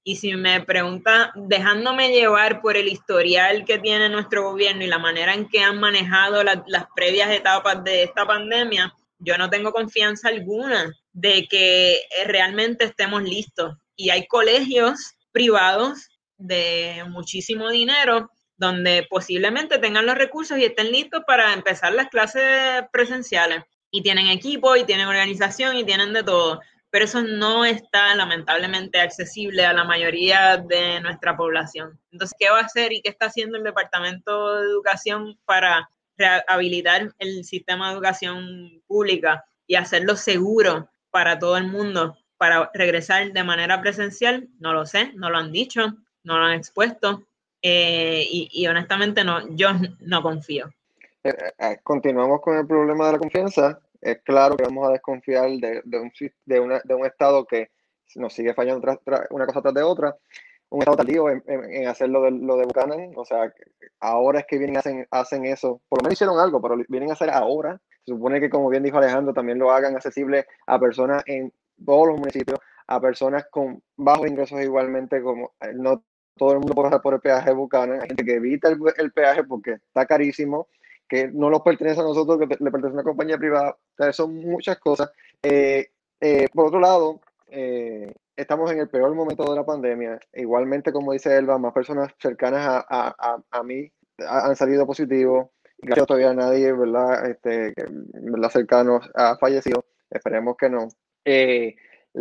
Y si me pregunta, dejándome llevar por el historial que tiene nuestro gobierno y la manera en que han manejado la, las previas etapas de esta pandemia, yo no tengo confianza alguna de que realmente estemos listos. Y hay colegios privados de muchísimo dinero donde posiblemente tengan los recursos y estén listos para empezar las clases presenciales. Y tienen equipo, y tienen organización, y tienen de todo. Pero eso no está lamentablemente accesible a la mayoría de nuestra población. Entonces, ¿qué va a hacer y qué está haciendo el Departamento de Educación para rehabilitar el sistema de educación pública y hacerlo seguro para todo el mundo, para regresar de manera presencial? No lo sé, no lo han dicho, no lo han expuesto, eh, y, y honestamente no, yo no confío. Eh, eh, continuamos con el problema de la confianza. Es claro que vamos a desconfiar de, de, un, de, una, de un Estado que nos sigue fallando tras, tras, una cosa tras de otra, un Estado tardío en, en, en hacer lo de, lo de Buchanan. O sea, ahora es que vienen y hacen, hacen eso. Por lo menos hicieron algo, pero vienen a hacer ahora. Se supone que, como bien dijo Alejandro, también lo hagan accesible a personas en todos los municipios, a personas con bajos ingresos igualmente, como no todo el mundo puede pasar por el peaje de Buchanan. Hay gente que evita el, el peaje porque está carísimo, que no nos pertenece a nosotros, que le pertenece a una compañía privada. O sea, son muchas cosas. Eh, eh, por otro lado, eh, estamos en el peor momento de la pandemia. Igualmente, como dice Elba, más personas cercanas a, a, a, a mí han salido positivos. Gracias, todavía nadie, ¿verdad? Este, ¿verdad? Cercano ha fallecido. Esperemos que no. Eh,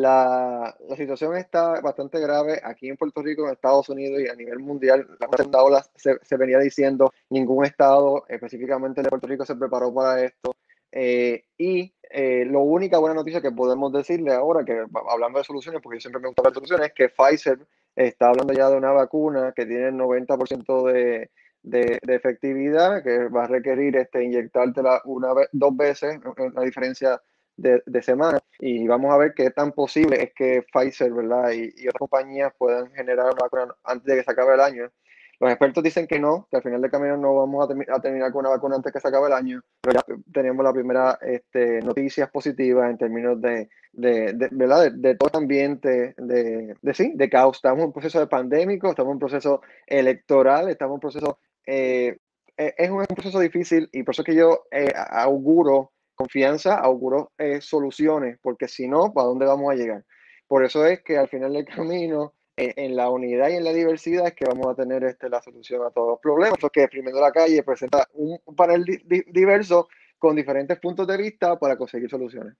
La, la situación está bastante grave aquí en Puerto Rico, en Estados Unidos y a nivel mundial. La segunda ola se, se venía diciendo, ningún estado, específicamente el de Puerto Rico, se preparó para esto. Eh, y eh, la única buena noticia que podemos decirle ahora, que hablando de soluciones, porque yo siempre me gusta hablar de soluciones, es que Pfizer está hablando ya de una vacuna que tiene el noventa por ciento de, de, de efectividad, que va a requerir este, inyectártela una vez, dos veces, una diferencia De, de semana, y vamos a ver qué tan posible es que Pfizer, ¿verdad? Y, y otras compañías puedan generar una vacuna antes de que se acabe el año. Los expertos dicen que no, que al final del camino no vamos a, termi a terminar con una vacuna antes que se acabe el año, pero ya tenemos la primera este, noticias positivas en términos de, de, de, ¿verdad? De, de todo este ambiente de, de, sí, de caos. Estamos en un proceso de pandémico, estamos en un proceso electoral, estamos en un proceso, eh, es un, un proceso difícil, y por eso que yo eh, auguro confianza, auguro eh, soluciones, porque si no, ¿para dónde vamos a llegar? Por eso es que al final del camino, eh, en la unidad y en la diversidad, es que vamos a tener este, la solución a todos los problemas. Porque Exprimiendo la Calle presenta un panel di di diverso con diferentes puntos de vista para conseguir soluciones.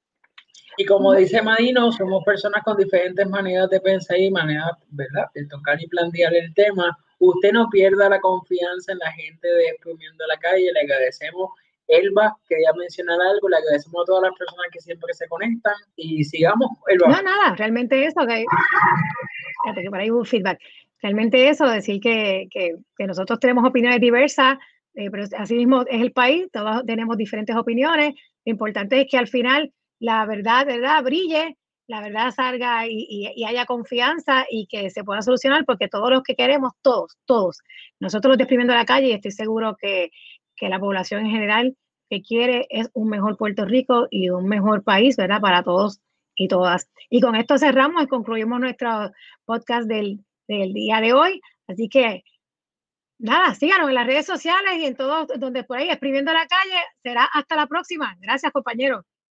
Y como dice Madino, somos personas con diferentes maneras de pensar y maneras, ¿verdad?, de tocar y plantear el tema. Usted no pierda la confianza en la gente de Exprimiendo la Calle. Le agradecemos. Elba, quería mencionar algo. Le agradecemos a todas las personas que siempre se conectan y sigamos, Elba. No, nada, realmente eso, que, que por ahí hubo feedback. Realmente eso, decir que, que, que nosotros tenemos opiniones diversas, eh, pero así mismo es el país, todos tenemos diferentes opiniones. Lo importante es que al final la verdad, ¿verdad?, brille, la verdad salga y, y, y haya confianza y que se pueda solucionar, porque todos los que queremos, todos, todos, nosotros los de Exprimiendo la Calle, y estoy seguro que, que la población en general que quiere es un mejor Puerto Rico y un mejor país, ¿verdad?, para todos y todas. Y con esto cerramos y concluimos nuestro podcast del, del día de hoy. Así que nada, síganos en las redes sociales y en todo donde por ahí, Exprimiendo la Calle. Será hasta la próxima. Gracias, compañeros.